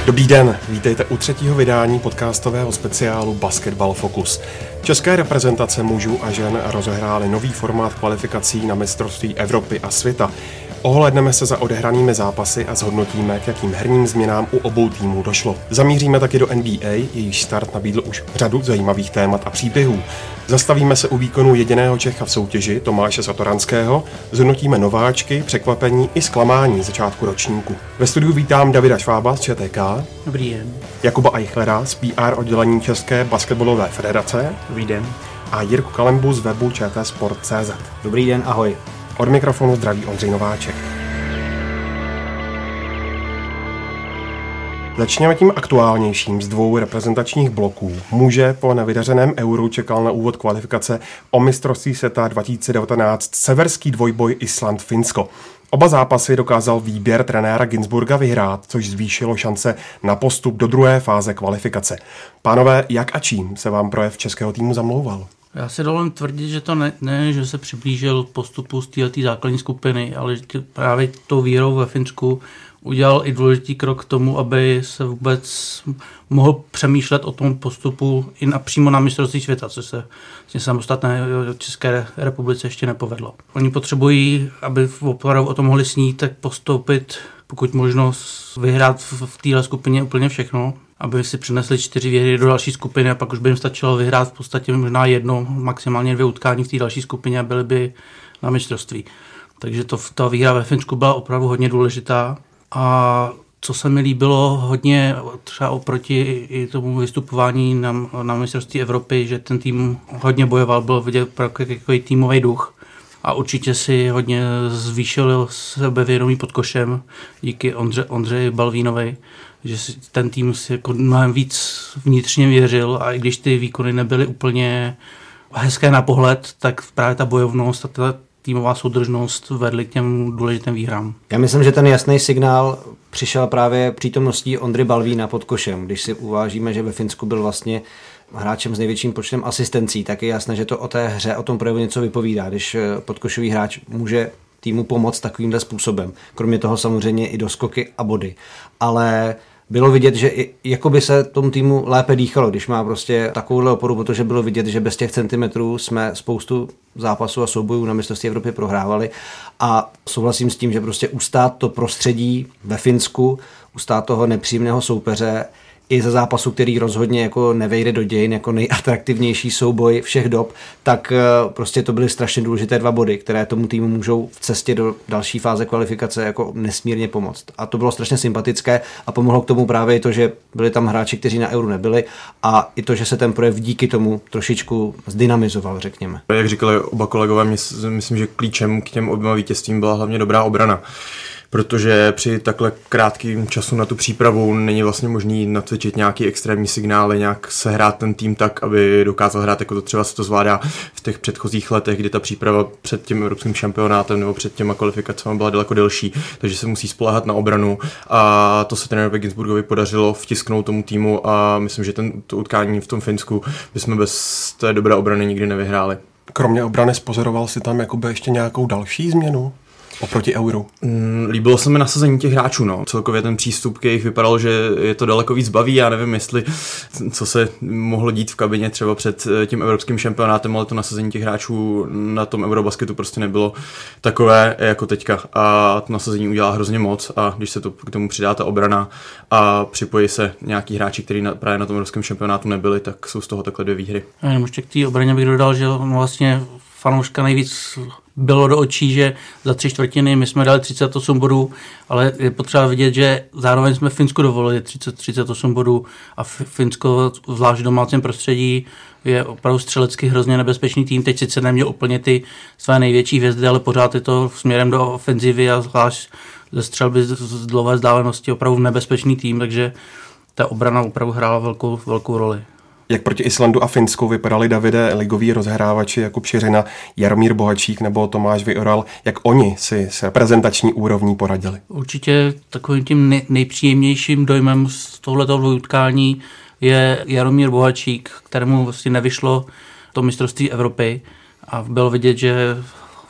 Dobrý den, vítejte u třetího vydání podcastového speciálu Basketball Focus. České reprezentace mužů a žen rozehrály nový formát kvalifikací na mistrovství Evropy a světa. Ohlédneme se za odehranými zápasy a zhodnotíme, k jakým herním změnám u obou týmů došlo. Zamíříme taky do NBA, jejíž start nabídl už řadu zajímavých témat a příběhů. Zastavíme se u výkonu jediného Čecha v soutěži, Tomáše Satoranského, zhodnotíme nováčky, překvapení i zklamání začátku ročníku. Ve studiu vítám Davida Švába z ČTK. Dobrý den. Jakuba Eichlera z PR oddělení České basketbalové federace. Dobrý den. A Jirku Kalembu z webu čtsport.cz. Dobrý den, ahoj. Od mikrofonu zdraví Ondřej Nováček. Začněme tím aktuálnějším z dvou reprezentačních bloků. Muže po nevydařeném Euru čekal na úvod kvalifikace o mistrovství světa 2019 severský dvojboj Island-Finsko. Oba zápasy dokázal výběr trenéra Ginzburga vyhrát, což zvýšilo šance na postup do druhé fáze kvalifikace. Pánové, jak a čím se vám projev českého týmu zamlouval? Já si dovolím tvrdit, že to ne, že se přiblížil postupu z této základní skupiny, ale že právě tou výhrou ve Finsku udělal i důležitý krok k tomu, aby se vůbec mohl přemýšlet o tom postupu i přímo na mistrovství světa, co se samostatné České republice ještě nepovedlo. Oni potřebují, aby opravdu o tom mohli snít, tak postoupit, pokud možno vyhrát v téhle skupině úplně všechno, aby si přinesli 4 výhry do další skupiny a pak už by jim stačilo vyhrát v podstatě možná jedno, maximálně 2 utkání v té další skupině a byli by na mistrovství. Takže ta výhra ve Finsku byla opravdu hodně důležitá. A co se mi líbilo hodně třeba oproti i tomu vystupování na mistrovství Evropy, že ten tým hodně bojoval, byl vidět takový týmový duch a určitě si hodně zvýšil sebevědomí pod košem díky Ondřeji Balvínovi, že ten tým si jako mnohem víc vnitřně věřil a i když ty výkony nebyly úplně hezké na pohled, tak právě ta bojovnost a ta týmová soudržnost vedly k těm důležitým výhrám. Já myslím, že ten jasný signál přišel právě přítomností Ondry Balvína pod košem. Když si uvážíme, že ve Finsku byl vlastně hráčem s největším počtem asistencí, tak je jasné, že to o té hře, o tom projevu něco vypovídá, když podkošový hráč může týmu pomoct takovýmhle způsobem. Kromě toho samozřejmě i doskoky a body. Ale bylo vidět, že jakoby se tomu týmu lépe dýchalo, když má prostě takovouhle oporu, protože bylo vidět, že bez těch centimetrů jsme spoustu zápasů a soubojů na mistrovství Evropy prohrávali a souhlasím s tím, že prostě ustát to prostředí ve Finsku, ustát toho nepříjemného soupeře i za zápasu, který rozhodně jako nevejde do dějin jako nejatraktivnější souboj všech dob, tak prostě to byly strašně důležité 2 body, které tomu týmu můžou v cestě do další fáze kvalifikace jako nesmírně pomoct. A to bylo strašně sympatické a pomohlo k tomu právě i to, že byli tam hráči, kteří na Euru nebyli a i to, že se ten projev díky tomu trošičku zdynamizoval, řekněme. Jak říkali oba kolegové, myslím, že klíčem k těm oběma vítězstvím byla hlavně dobrá obrana. Protože při takhle krátkým času na tu přípravu není vlastně možný natvičit nějaký extrémní signály, nějak sehrát ten tým tak, aby dokázal hrát, jako to třeba se to zvládá v těch předchozích letech, kdy ta příprava před tím evropským šampionátem nebo před těma kvalifikacemi byla daleko delší, takže se musí spoléhat na obranu a to se trenérovi Ginzburgovi podařilo vtisknout tomu týmu a myslím, že to utkání v tom Finsku bychom bez té dobré obrany nikdy nevyhráli. Kromě obrany spozoroval si tam jakoby ještě nějakou další změnu oproti Euru? Líbilo se mi nasazení těch hráčů, no. Celkově ten přístup k jejich vypadal, že je to daleko víc baví. Já nevím, co se mohlo dít v kabině třeba před tím evropským šampionátem, ale to nasazení těch hráčů na tom Eurobasketu prostě nebylo takové jako teďka. A to nasazení udělá hrozně moc a když se to k tomu přidá ta obrana a připojí se nějaký hráči, kteří právě na tom evropském šampionátu nebyli, tak jsou z toho takhle 2 výhry. A jenom ještě k té obraně bych dodal, že vlastně fanouška nejvíc bylo do očí, že za 3/4 my jsme dali 38 bodů, ale je potřeba vidět, že zároveň jsme Finsku dovolili 38 bodů a Finsko, zvlášť v domácím prostředí, je opravdu střelecky hrozně nebezpečný tým. Teď sice neměl úplně ty své největší hvězdy, ale pořád je to směrem do ofenzivy a zvlášť ze střelby z dlouhé vzdálenosti opravdu nebezpečný tým, takže ta obrana opravdu hrála velkou roli. Jak proti Islandu a Finsku vypadali, Davide, ligoví rozhrávači Jakub Šiřina, Jaromír Bohačík nebo Tomáš Vyoral, jak oni si s reprezentační úrovní poradili? Určitě takovým tím nejpříjemnějším dojmem z tohletoho dvojutkání je Jaromír Bohačík, kterému vlastně nevyšlo to mistrovství Evropy a bylo vidět, že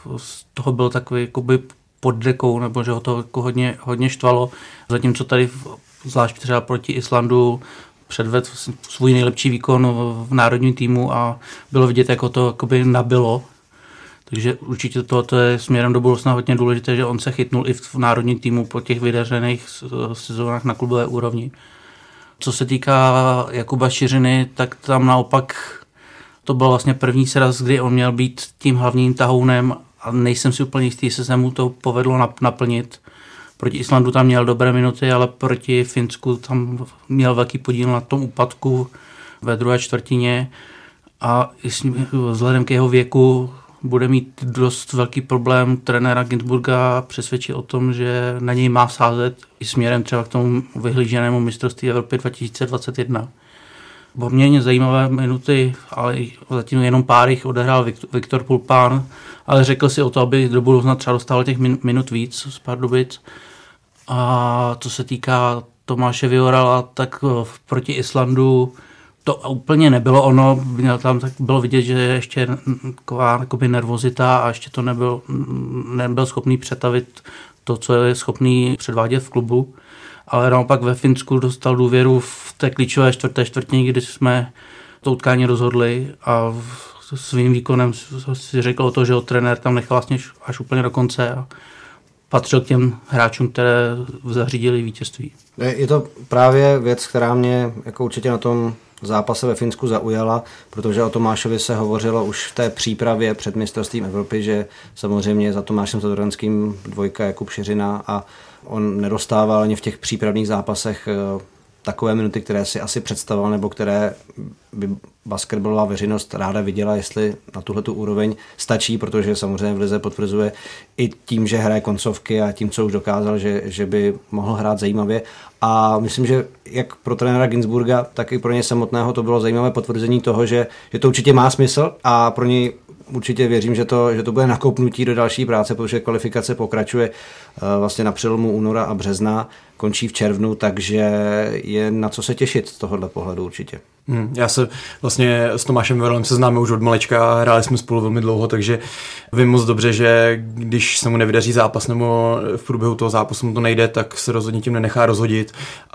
z toho byl takový jakoby pod dekou, nebo že ho to jako hodně štvalo. Zatímco tady zvlášť třeba proti Islandu předvedl svůj nejlepší výkon v národním týmu a bylo vidět, jako to jakoby nabilo. Takže určitě to je směrem do budoucna hodně důležité, že on se chytnul i v národním týmu po těch vydařených sezónách na klubové úrovni. Co se týká Jakuba Šiřiny, tak tam naopak to byl vlastně první sraz, kdy on měl být tím hlavním tahounem a nejsem si úplně jistý, jestli se mu to povedlo naplnit. Proti Islandu tam měl dobré minuty, ale proti Finsku tam měl velký podíl na tom úpadku ve druhé čtvrtině a vzhledem k jeho věku bude mít dost velký problém trenéra Ginzburga přesvědčit o tom, že na něj má sázet i směrem třeba k tomu vyhlíženému mistrovství Evropy 2021. Poměrně zajímavé minuty, ale zatím jenom pár jich odehrál Viktor Pulpán, ale řekl si o to, aby do budoucna třeba dostal těch minut víc z Pardubic. A co se týká Tomáše Viorala, tak proti Islandu to úplně nebylo ono. Tam tak bylo vidět, že ještě taková nervozita a ještě to nebyl schopný přetavit to, co je schopný předvádět v klubu. Ale naopak ve Finsku dostal důvěru v té klíčové čtvrtině, kdy jsme to utkání rozhodli a svým výkonem si řekl o to, že ho trenér tam nechal vlastně až úplně do konce a patřil k těm hráčům, které zařídili vítězství. Je to právě věc, která mě jako určitě na tom zápase ve Finsku zaujala, protože o Tomášovi se hovořilo už v té přípravě před mistrovstvím Evropy, že samozřejmě za Tomášem Zatoranským dvojka Jakub Šiřina a on nedostával ani v těch přípravných zápasech takové minuty, které si asi představoval, nebo které by basketbalová veřejnost ráda viděla, jestli na tuhletu úroveň stačí, protože samozřejmě v lize potvrzuje i tím, že hraje koncovky a tím, co už dokázal, že by mohl hrát zajímavě. A myslím, že jak pro trenéra Ginzburga, tak i pro něj samotného to bylo zajímavé potvrzení toho, že to určitě má smysl a pro něj určitě věřím, že to bude nakopnutí do další práce, protože kvalifikace pokračuje vlastně na přelomu února a března, končí v červnu, takže je na co se těšit z tohohle pohledu určitě. Já se vlastně s Tomášem Vioralem seznáme už od malečka, hráli jsme spolu velmi dlouho, takže vím moc dobře, že když se mu nevydaří zápas nebo v průběhu toho zápasu mu to nejde, tak se rozhodně tím nenechá rozhodit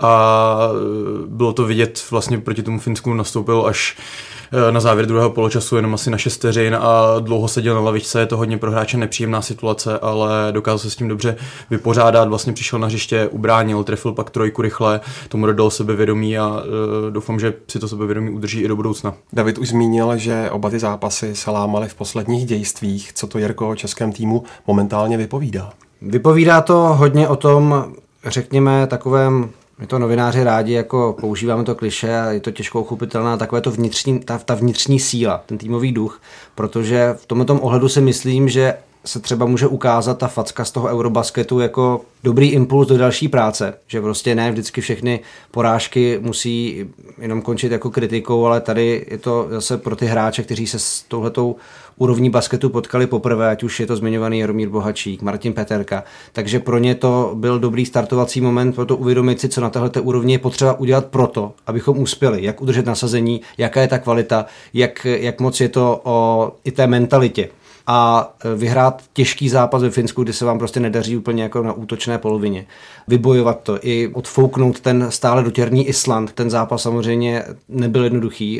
a bylo to vidět, vlastně proti tomu Finsku nastoupil až na závěr druhého poločasu jenom asi na 6 vteřin a dlouho seděl na lavičce, je to hodně pro hráče nepříjemná situace, ale dokázal se s tím dobře vypořádat, vlastně přišel na hřiště, ubránil, trefil pak trojku rychle, tomu dodal sebevědomí a doufám, že si to sebevědomí udrží i do budoucna. David už zmínil, že oba ty zápasy se lámaly v posledních dějstvích. Co to, Jirko, o českém týmu momentálně vypovídá? Vypovídá to hodně o tom, řekněme, takovém, my to novináři rádi, jako používáme to klišé a je to těžko uchopitelná, takové to ta vnitřní síla, ten týmový duch, protože v tomto ohledu si myslím, že se třeba může ukázat ta facka z toho Eurobasketu jako dobrý impuls do další práce, že prostě ne vždycky všechny porážky musí jenom končit jako kritikou, ale tady je to zase pro ty hráče, kteří se s touhletou úrovní basketu potkali poprvé, ať už je to zmiňovaný Jaromír Bohačík, Martin Peterka, takže pro ně to byl dobrý startovací moment, pro to uvědomit si, co na téhleté úrovni je potřeba udělat proto, abychom uspěli, jak udržet nasazení, jaká je ta kvalita, jak moc je to o i té mentalitě. A vyhrát těžký zápas ve Finsku, kdy se vám prostě nedaří úplně jako na útočné polovině. Vybojovat to i odfouknout ten stále dotěrný Island. Ten zápas samozřejmě nebyl jednoduchý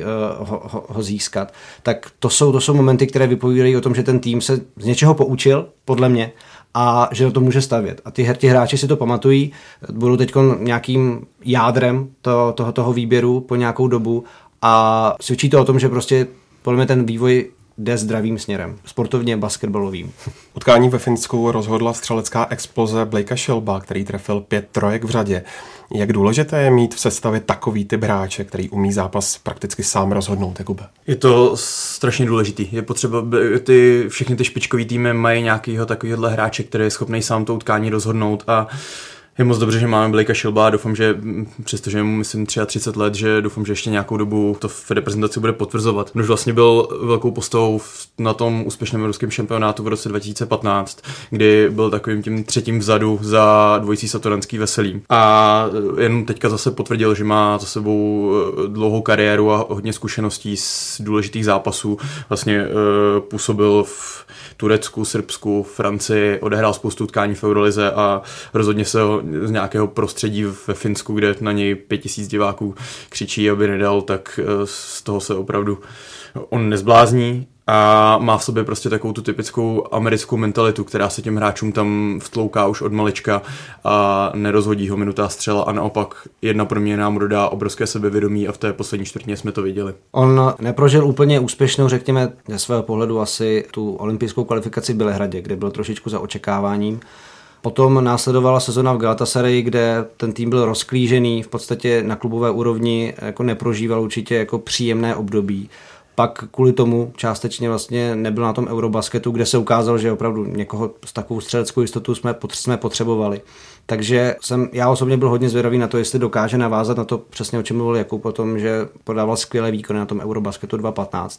ho získat. Tak to jsou momenty, které vypovídají o tom, že ten tým se z něčeho poučil, podle mě, a že to může stavět. A ti hráči si to pamatují, budou teď nějakým jádrem toho výběru po nějakou dobu a svědčí to o tom, že prostě podle mě ten vývoj jde zdravým směrem, sportovně basketbalovým. Utkání ve Finsku rozhodla střelecká exploze Blakea Shelba, který trefil 5 trojek v řadě. Jak důležité je mít v sestavě takový typ hráče, který umí zápas prakticky sám rozhodnout, Jakube? Je to strašně důležitý. Je potřeba, všechny ty špičkový týmy mají nějakýho takovýhle hráče, který je schopný sám to utkání rozhodnout a je moc dobře, že máme Blakea Shelba a doufám, že přestože mu myslím 33 let, že doufám, že ještě nějakou dobu to v reprezentaci bude potvrzovat. Už vlastně byl velkou postavou na tom úspěšném evropském šampionátu v roce 2015, kdy byl takovým tím třetím vzadu za dvojicí Satoranský Veselý. A jen teďka zase potvrdil, že má za sebou dlouhou kariéru a hodně zkušeností z důležitých zápasů. Vlastně působil Turecku, Srbsku, Francii, odehrál spoustu utkání v Eurolize a rozhodně se ho z nějakého prostředí ve Finsku, kde na něj 5000 diváků křičí, aby nedal, tak z toho se opravdu on nezblázní. A má v sobě prostě takovou tu typickou americkou mentalitu, která se těm hráčům tam vtlouká už od malička a nerozhodí ho minutá střela a naopak jedna proměna mu dodá obrovské sebevědomí a v té poslední čtvrtině jsme to viděli. On neprožil úplně úspěšnou, řekněme, ze svého pohledu asi tu olympijskou kvalifikaci v Bělehradě, kde byl trošičku za očekáváním. Potom následovala sezona v Galatasarayi, kde ten tým byl rozklížený, v podstatě na klubové úrovni jako neprožíval určitě jako příjemné období. Pak kvůli tomu částečně vlastně nebyl na tom Eurobasketu, kde se ukázalo, že opravdu někoho s takovou střeleckou jistotu jsme potřebovali. Takže já osobně byl hodně zvědavý na to, jestli dokáže navázat na to přesně, o čem mluvil Jakub, o tom, že podával skvělé výkony na tom Eurobasketu 2015.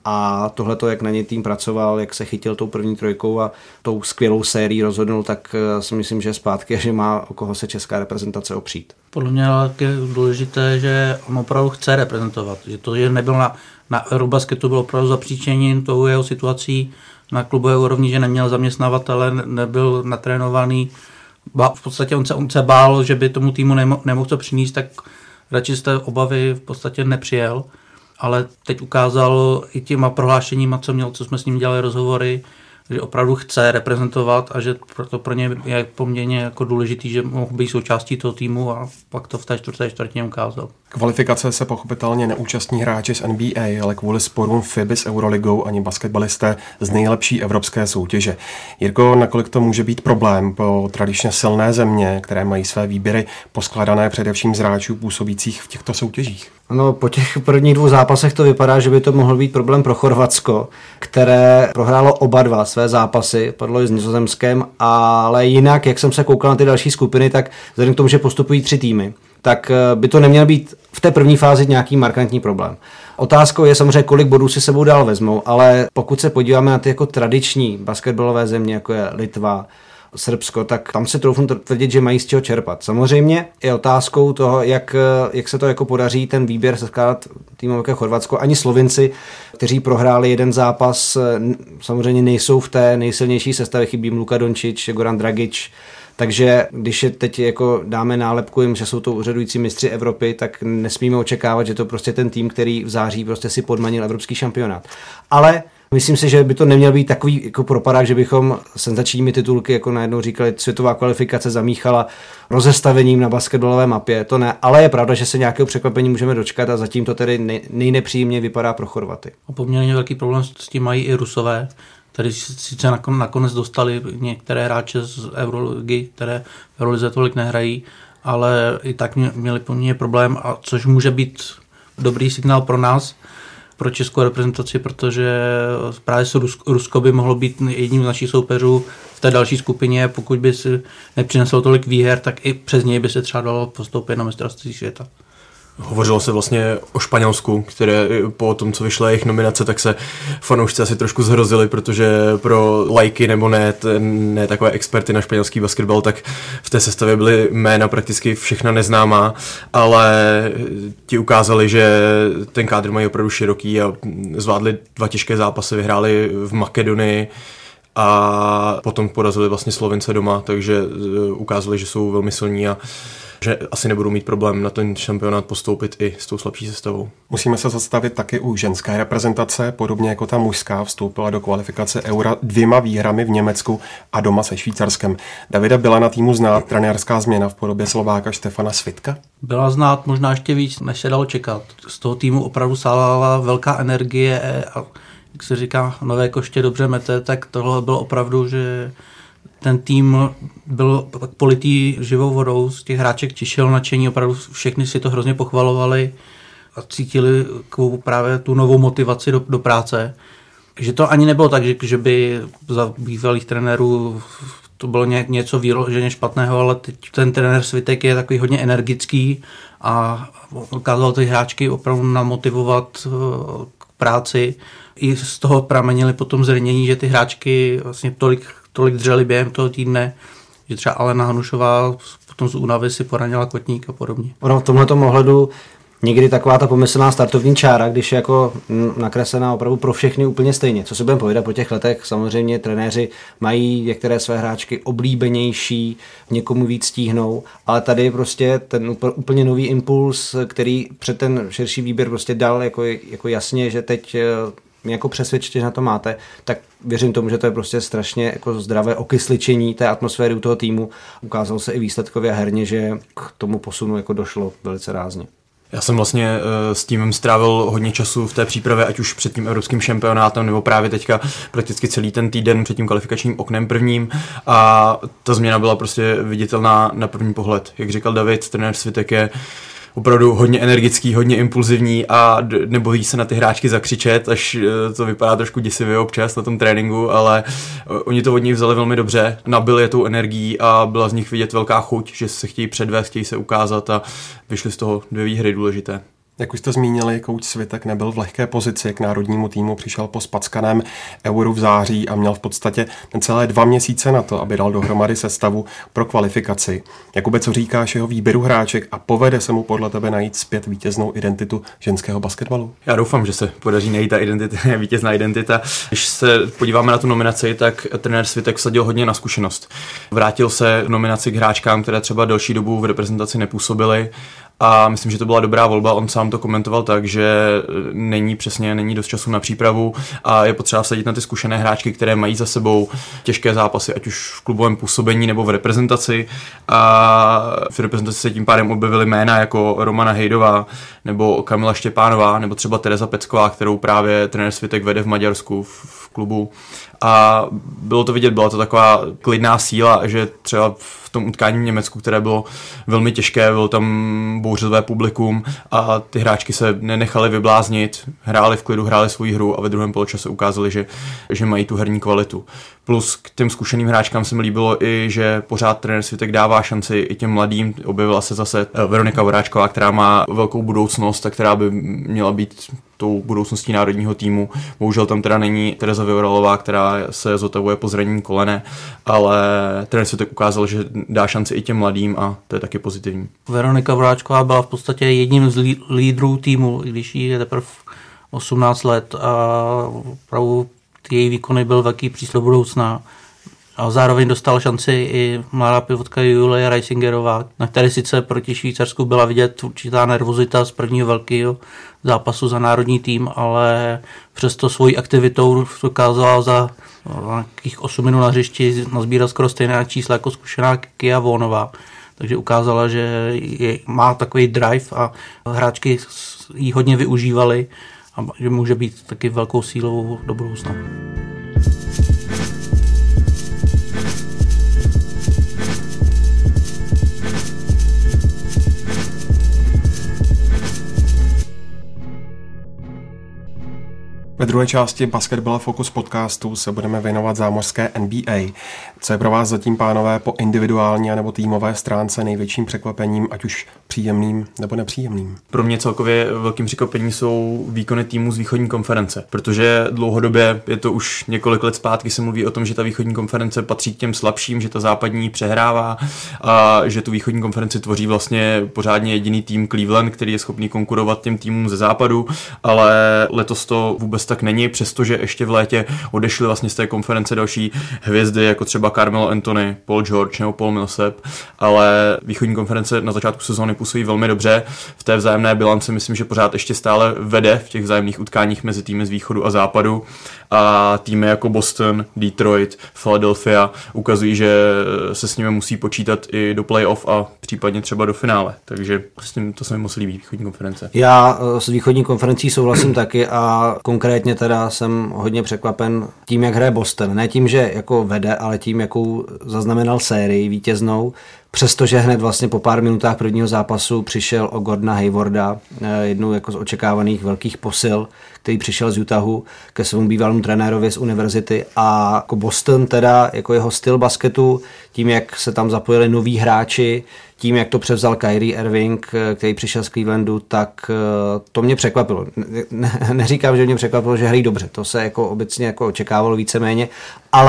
A tohleto, jak na něj tým pracoval, jak se chytil tou první trojkou a tou skvělou sérií rozhodnul, tak si myslím, že je zpátky a že má o koho se česká reprezentace opřít. Podle mě je důležité, že on opravdu chce reprezentovat. Že to, že nebyl na Eurobasketu, byl opravdu zapříčením tou jeho situací na klubové úrovni, že neměl zaměstnavatele, nebyl natrénovaný. V podstatě on se bál, že by tomu týmu nemohl to přinést, tak radši z té obavy v podstatě nepřijel. Ale teď ukázal i těma prohlášeníma, co jsme s ním dělali rozhovory, že opravdu chce reprezentovat a že proto pro ně je poměrně jako důležitý, že mohl být součástí toho týmu a pak to v té čtvrtině ukázal. Kvalifikace se pochopitelně neúčastní hráči z NBA, ale kvůli sporům FIBA s Euroligou ani basketbalisté z nejlepší evropské soutěže. Jirko, nakolik to může být problém pro tradičně silné země, které mají své výběry poskládané především z hráčů působících v těchto soutěžích? No, po těch prvních 2 zápasech to vypadá, že by to mohl být problém pro Chorvatsko, které prohrálo oba 2 své zápasy, padlo i s Nizozemskem, ale jinak, jak jsem se koukal na ty další skupiny, tak vzhledem k tomu, že postupují 3 týmy, tak by to neměl být v té první fázi nějaký markantní problém. Otázkou je samozřejmě, kolik bodů si sebou dál vezmou, ale pokud se podíváme na ty jako tradiční basketbalové země, jako je Litva, Srbsko, tak tam se troufnu tvrdit, že mají z čeho čerpat. Samozřejmě je otázkou toho, jak se to jako podaří ten výběr skládat týmům jako Chorvatsko. Ani Slovinci, kteří prohráli jeden zápas, samozřejmě nejsou v té nejsilnější sestavě, chybí Luka Dončić, Goran Dragic. Takže když je teď jako dáme nálepku jim, že jsou to úřadující mistři Evropy, tak nesmíme očekávat, že to prostě ten tým, který v září prostě si podmanil evropský šampionát. Ale myslím si, že by to neměl být takový jako propadák, že bychom senzačními titulky jako najednou říkali, světová kvalifikace zamíchala rozestavením na basketbalové mapě. To ne, ale je pravda, že se nějakého překvapení můžeme dočkat a zatím to tedy nejnepříjemně vypadá pro Chorvaty. A poměrně velký problém s tím mají i Rusové, který sice nakonec dostali některé hráče z Euroligy, které v Eurolize tolik nehrají, ale i tak měli poměrně problém, a což může být dobrý signál pro nás, pro českou reprezentaci, protože právě Rusko by mohlo být jedním z našich soupeřů v té další skupině, pokud by si nepřineslo tolik výher, tak i přes něj by se třeba dalo postoupit na mistrovství světa. Hovořilo se vlastně o Španělsku, které po tom, co vyšla jejich nominace, tak se fanoušci asi trošku zhrozili, protože pro lajky nebo ne takové experty na španělský basketbal, tak v té sestavě byly jména prakticky všechna neznámá, ale ti ukázali, že ten kádr mají opravdu široký a zvládli 2 těžké zápasy, vyhráli v Makedonii a potom porazili vlastně Slovince doma, takže ukázali, že jsou velmi silní a že asi nebudou mít problém na ten šampionát postoupit i s tou slabší sestavou. Musíme se zastavit taky u ženské reprezentace, podobně jako ta mužská vstoupila do kvalifikace Eura 2 výhrami v Německu a doma se Švýcarskem. Davida, byla na týmu znát trenérská změna v podobě Slováka Štefana Svitka? Byla znát možná ještě víc, než se dalo čekat. Z toho týmu opravdu sála velká energie a jak se říká, nové koště dobře mete, tak tohle bylo opravdu, že ten tým byl politý živou vodou, z těch hráček tišel nadšení, opravdu všechny si to hrozně pochvalovali a cítili právě tu novou motivaci do práce. Že to ani nebylo tak, že by za bývalých trenérů to bylo něco výloženě špatného, ale teď ten trenér Svitek je takový hodně energický a dokázal ty hráčky opravdu namotivovat k práci. I z toho pramenili potom zranění, že ty hráčky vlastně tolik dřeli během toho týdne, že třeba Alena Hanušová potom z únavy si poranila kotník a podobně. Ono v tomhletom ohledu někdy taková ta pomyslná startovní čára, když je jako nakreslená opravdu pro všechny úplně stejně. Co si budeme povídat po těch letech, samozřejmě trenéři mají některé své hráčky oblíbenější, někomu víc stíhnou, ale tady prostě ten úplně nový impuls, který před ten širší výběr prostě dal jako jasně, že teď mě jako přesvědčitě, že na to máte, tak věřím tomu, že to je prostě strašně jako zdravé okysličení té atmosféry u toho týmu. Ukázalo se i výsledkově herně, že k tomu posunu jako došlo velice rázně. Já jsem vlastně s týmem strávil hodně času v té přípravě, ať už před tím evropským šampionátem, nebo právě teďka prakticky celý ten týden před tím kvalifikačním oknem prvním, a ta změna byla prostě viditelná na první pohled. Jak říkal David, trenér Svitek je opravdu hodně energický, hodně impulzivní a nebojí se na ty hráčky zakřičet, až to vypadá trošku děsivě občas na tom tréninku, ale oni to od nich vzali velmi dobře, nabili je tou energií a byla z nich vidět velká chuť, že se chtějí předvést, chtějí se ukázat a vyšly z toho 2 výhry důležité. Jak už jste zmínili, kouč Svitek nebyl v lehké pozici, k národnímu týmu přišel po spackaném Euru v září a měl v podstatě celé 2 měsíce na to, aby dal dohromady sestavu pro kvalifikaci. Jakube, co říkáš jeho výběru hráček a povede se mu podle tebe najít zpět vítěznou identitu ženského basketbalu? Já doufám, že se podaří najít ta vítězná identita. Když se podíváme na tu nominaci, tak trenér Svitek vsadil hodně na zkušenost. Vrátil se nominaci k hráčkám, které třeba delší dobu v reprezentaci nepůsobily. A myslím, že to byla dobrá volba, on sám to komentoval tak, že není dost času na přípravu a je potřeba vsadit na ty zkušené hráčky, které mají za sebou těžké zápasy, ať už v klubovém působení nebo v reprezentaci. A v reprezentaci se tím pádem objevily jména jako Romana Hejdová nebo Kamila Štěpánová nebo třeba Tereza Pecková, kterou právě trenér Svitek vede v Maďarsku v klubu. A bylo to vidět, byla to taková klidná síla, že třeba v tom utkání v Německu, které bylo velmi těžké, bylo tam bouřlivé publikum a ty hráčky se nenechaly vybláznit, hrály v klidu, hrály svou hru a ve druhém poločase ukázali, že mají tu herní kvalitu. Plus k těm zkušeným hráčkám se mi líbilo i, že pořád trenér Svitek dává šanci i těm mladým. Objevila se zase Veronika Voráčková, která má velkou budoucnost a která by měla být tou budoucností národního týmu. Bohužel tam teda není Tereza Vyoralová, která se zotavuje po zranění kolene, ale trenér Svitek ukázal, že dá šanci i těm mladým a to je taky pozitivní. Veronika Voráčková byla v podstatě jedním z lídrů týmu, i když jí je teprve 18 let a opravdu její výkony byl velký příslib budoucna. A zároveň dostala šanci i mladá pivotka Julia Reisingerová, na které sice proti Švýcarsku byla vidět určitá nervozita z prvního velkého zápasu za národní tým, ale přesto svojí aktivitou dokázala za nějakých 8 minut na hřišti nazbírat skoro stejné čísla jako zkušená Kia Vonová. Takže ukázala, že má takový drive a hráčky ji hodně využívaly a že může být taky velkou sílou do budoucna. Ve druhé části Basketball Focus podcastu se budeme věnovat zámořské NBA. Co je pro vás zatím, pánové, po individuální nebo týmové stránce největším překvapením, ať už příjemným nebo nepříjemným? Pro mě celkově velkým překvapením jsou výkony týmů z východní konference, protože dlouhodobě, je to už několik let zpátky, se mluví o tom, že ta východní konference patří k těm slabším, že ta západní přehrává a že tu východní konferenci tvoří vlastně pořádně jediný tým Cleveland, který je schopný konkurovat těm týmům ze západu, ale letos to vůbec tak není, přestože ještě v létě odešly vlastně z té konference další hvězdy, jako třeba Carmelo Anthony, Paul George nebo Paul Millsap, ale východní konference na začátku sezóny působí velmi dobře. V té vzájemné bilanci myslím, že pořád ještě stále vede v těch vzájemných utkáních mezi týmy z východu a západu a týmy jako Boston, Detroit, Philadelphia ukazují, že se s nimi musí počítat i do playoff a případně třeba do finále. Takže s tím to se mi moc líbí, východní konference. Já s východní konferencí souhlasím taky a konkrétně teda jsem hodně překvapen tím, jak hraje Boston. Ne tím, že jako vede, ale tím, jakou zaznamenal sérii vítěznou. Přestože hned vlastně po pár minutách prvního zápasu přišel o Gordona Haywarda, jednou jako z očekávaných velkých posil, který přišel z Utahu ke svému bývalému trenérovi z univerzity a jako Boston teda, jako jeho styl basketu, tím, jak se tam zapojili noví hráči, tím, jak to převzal Kyrie Irving, který přišel z Clevelandu, tak to mě překvapilo. Neříkám, že mě překvapilo, že hrají dobře, to se jako obecně jako očekávalo víceméně, ale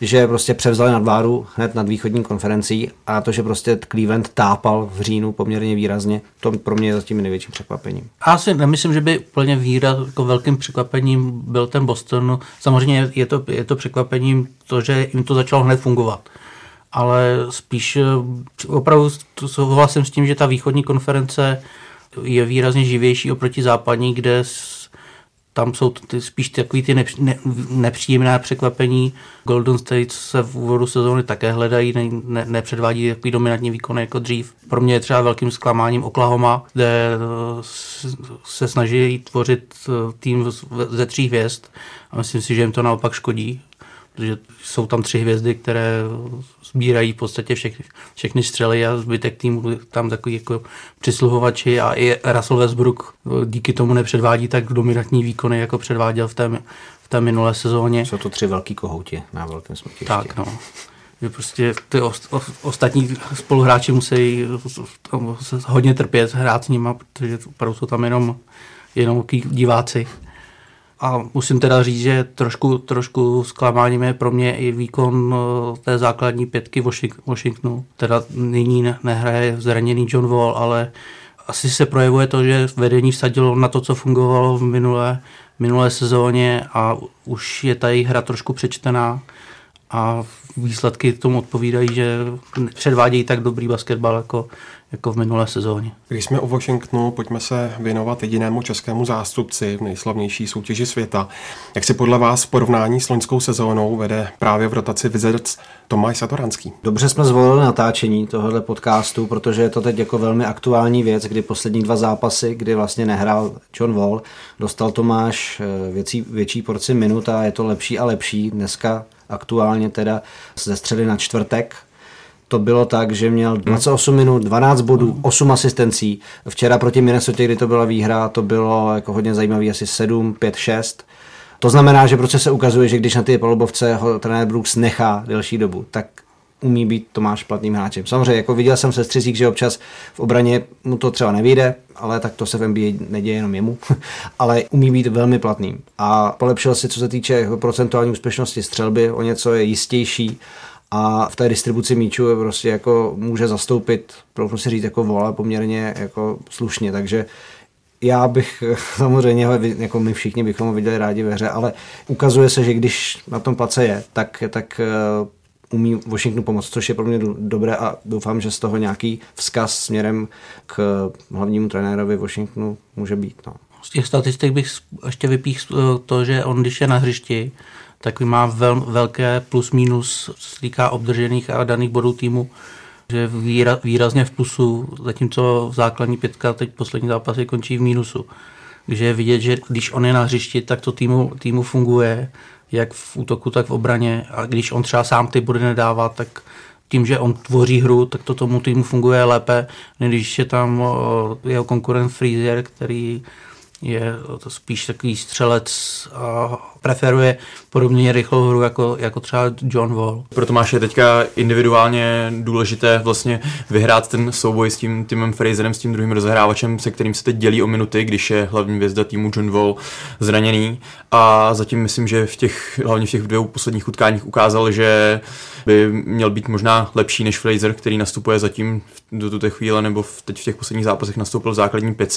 že prostě převzali nadvládu hned nad východní konferencí a to, že prostě Cleveland tápal v říjnu poměrně výrazně, to pro mě je zatím největším překvapením. Asi nemyslím, že by úplně jako velkým překvapením byl ten Boston. Samozřejmě je to překvapením to, že jim to začalo hned fungovat. Ale spíš opravdu souhlasím s tím, že ta východní konference je výrazně živější oproti západní, kde tam jsou spíš takový ty nepříjemné překvapení. Golden State se v úvodu sezóny také hledají, nepředvádí takový dominantní výkon jako dřív. Pro mě je třeba velkým zklamáním Oklahoma, kde se snaží tvořit tým ze 3 hvězd a myslím si, že jim to naopak škodí, protože jsou tam 3 hvězdy, které sbírají v podstatě všechny střely a zbytek týmu tam takový jako přisluhovači a i Russell Westbrook díky tomu nepředvádí tak dominantní výkony, jako předváděl v té minulé sezóně. Jsou to 3 velký kohouti na velkém smrtišti. Tak, no. Že prostě ty ostatní spoluhráči musí hodně trpět, hrát s nima, protože opravdu jsou tam jenom diváci. A musím teda říct, že trošku zklamáním je pro mě i výkon té základní 5 Washingtonu. Teda nyní nehraje zraněný John Wall, ale asi se projevuje to, že vedení vsadilo na to, co fungovalo v minulé sezóně a už je ta jejich hra trošku přečtená a výsledky tomu odpovídají, že předvádějí tak dobrý basketbal jako v minulé sezóně. Když jsme u Washingtonu, pojďme se věnovat jedinému českému zástupci v nejslavnější soutěži světa. Jak si podle vás v porovnání s loňskou sezónou vede právě v rotaci Wizards Tomáš Satoranský? Dobře jsme zvolili natáčení tohohle podcastu, protože je to teď jako velmi aktuální věc, kdy poslední 2 zápasy, kdy vlastně nehrál John Wall, dostal Tomáš větší porci minut a je to lepší a lepší. Dneska aktuálně teda ze středy na čtvrtek. To bylo tak, že měl 28 minut, 12 bodů, 8 asistencí. Včera proti Minnesotě, kdy to byla výhra, to bylo jako hodně zajímavý, asi 7, 5, 6. To znamená, že prostě se ukazuje, že když na ty palubovce ho trenér Brooks nechá delší dobu, tak umí být Tomáš platným hráčem. Samozřejmě, jako viděl jsem se střizík, že občas v obraně mu to třeba nevyjde, ale tak to se v NBA neděje jenom jemu, ale umí být velmi platným. A polepšil si, co se týče jako procentuální úspěšnosti střelby, o něco je jistější a v té distribuci míčů prostě jako může zastoupit, proto si říct, jako Vola poměrně jako slušně, takže já bych samozřejmě, jako my všichni bychom ho viděli rádi ve hře, ale ukazuje se, že když na tom place je, tak umí Washingtonu pomoct, což je pro mě dobré a doufám, že z toho nějaký vzkaz směrem k hlavnímu trenérovi Washingtonu může být. No. Z těch statistik bych ještě vypíchl to, že on, když je na hřišti, tak má velké plus minus, se týká obdržených a daných bodů týmu, že výrazně v plusu, zatímco v základní 5 teď poslední zápasy končí v mínusu. Takže je vidět, že když on je na hřišti, tak to týmu funguje, jak v útoku, tak v obraně. A když on třeba sám ty body nedává, tak tím, že on tvoří hru, tak to tomu týmu funguje lépe, než když je tam jeho konkurent Freezer, který je to spíš takový střelec a preferuje podobně rychlou hru jako třeba John Wall. Pro Tomáše je teďka individuálně důležité vlastně vyhrát ten souboj s tím Timem Frazerem, s tím druhým rozehrávačem, se kterým se teď dělí o minuty, když je hlavní hvězda týmu John Wall zraněný. A zatím myslím, že hlavně v těch 2 posledních utkáních ukázal, že by měl být možná lepší než Frazer, který nastupuje zatím do tuto chvíle, nebo teď v těch posledních zápasech nastoupil v základní 5.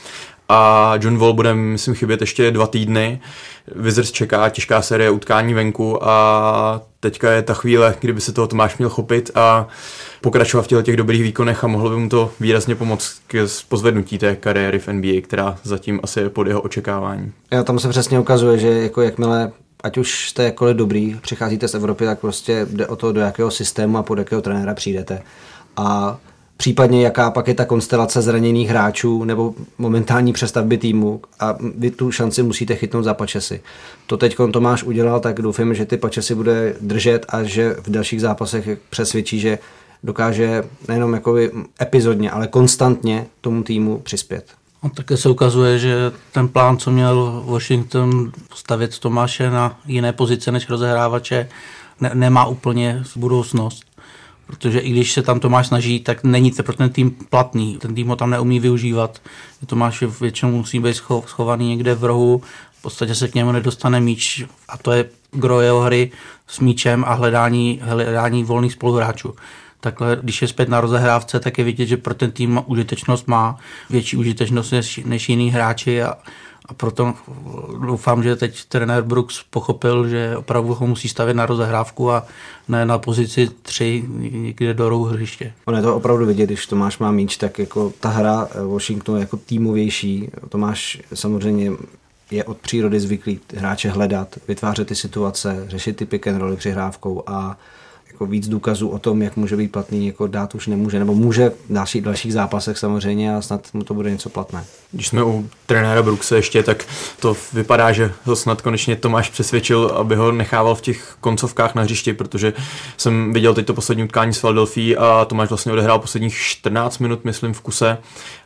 A John Wall bude, myslím, chybět ještě 2 týdny. Wizards čeká těžká série utkání venku a teďka je ta chvíle, kdyby se toho Tomáš měl chopit a pokračovat v těch dobrých výkonech a mohlo by mu to výrazně pomoct k pozvednutí té kariéry v NBA, která zatím asi je pod jeho očekávání. Jo, tam se přesně ukazuje, že jako jakmile, ať už jste jakkoliv dobrý, přicházíte z Evropy, tak prostě jde o to, do jakého systému a pod jakého trenéra přijdete. A případně jaká pak je ta konstelace zraněných hráčů nebo momentální přestavby týmu a vy tu šanci musíte chytnout za pačesy. To teď Tomáš udělal, tak doufám, že ty pačesy bude držet a že v dalších zápasech přesvědčí, že dokáže nejenom jakoby epizodně, ale konstantně tomu týmu přispět. A také se ukazuje, že ten plán, co měl Washington stavět Tomáše na jiné pozice než rozehrávače, nemá úplně budoucnost. Protože i když se tam Tomáš snaží, tak není to pro ten tým platný. Ten tým ho tam neumí využívat. Tomáš většinou musí být schovaný někde v rohu, v podstatě se k němu nedostane míč a to je gro jeho hry s míčem a hledání volných spoluhráčů. Takhle, když je zpět na rozehrávce, tak je vidět, že pro ten tým užitečnost má větší užitečnost než jiný hráči a proto doufám, že teď trenér Brooks pochopil, že opravdu ho musí stavět na rozehrávku a ne na pozici 3 někde do rohu hřiště. On je to opravdu vidět, když Tomáš má míč, tak jako ta hra Washingtonu je jako týmovější. Tomáš samozřejmě je od přírody zvyklý hráče hledat, vytvářet ty situace, řešit ty pick and rolly přihrávkou a jako víc důkazů o tom, jak může být platný, jako dát už nemůže, nebo může v dalších zápasech samozřejmě a snad mu to bude něco platné. Když jsme u trenéra Brookse ještě, tak to vypadá, že ho snad konečně Tomáš přesvědčil, aby ho nechával v těch koncovkách na hřišti, protože jsem viděl teď to poslední utkání s Philadelphia a Tomáš vlastně odehrál posledních 14 minut, myslím, v kuse.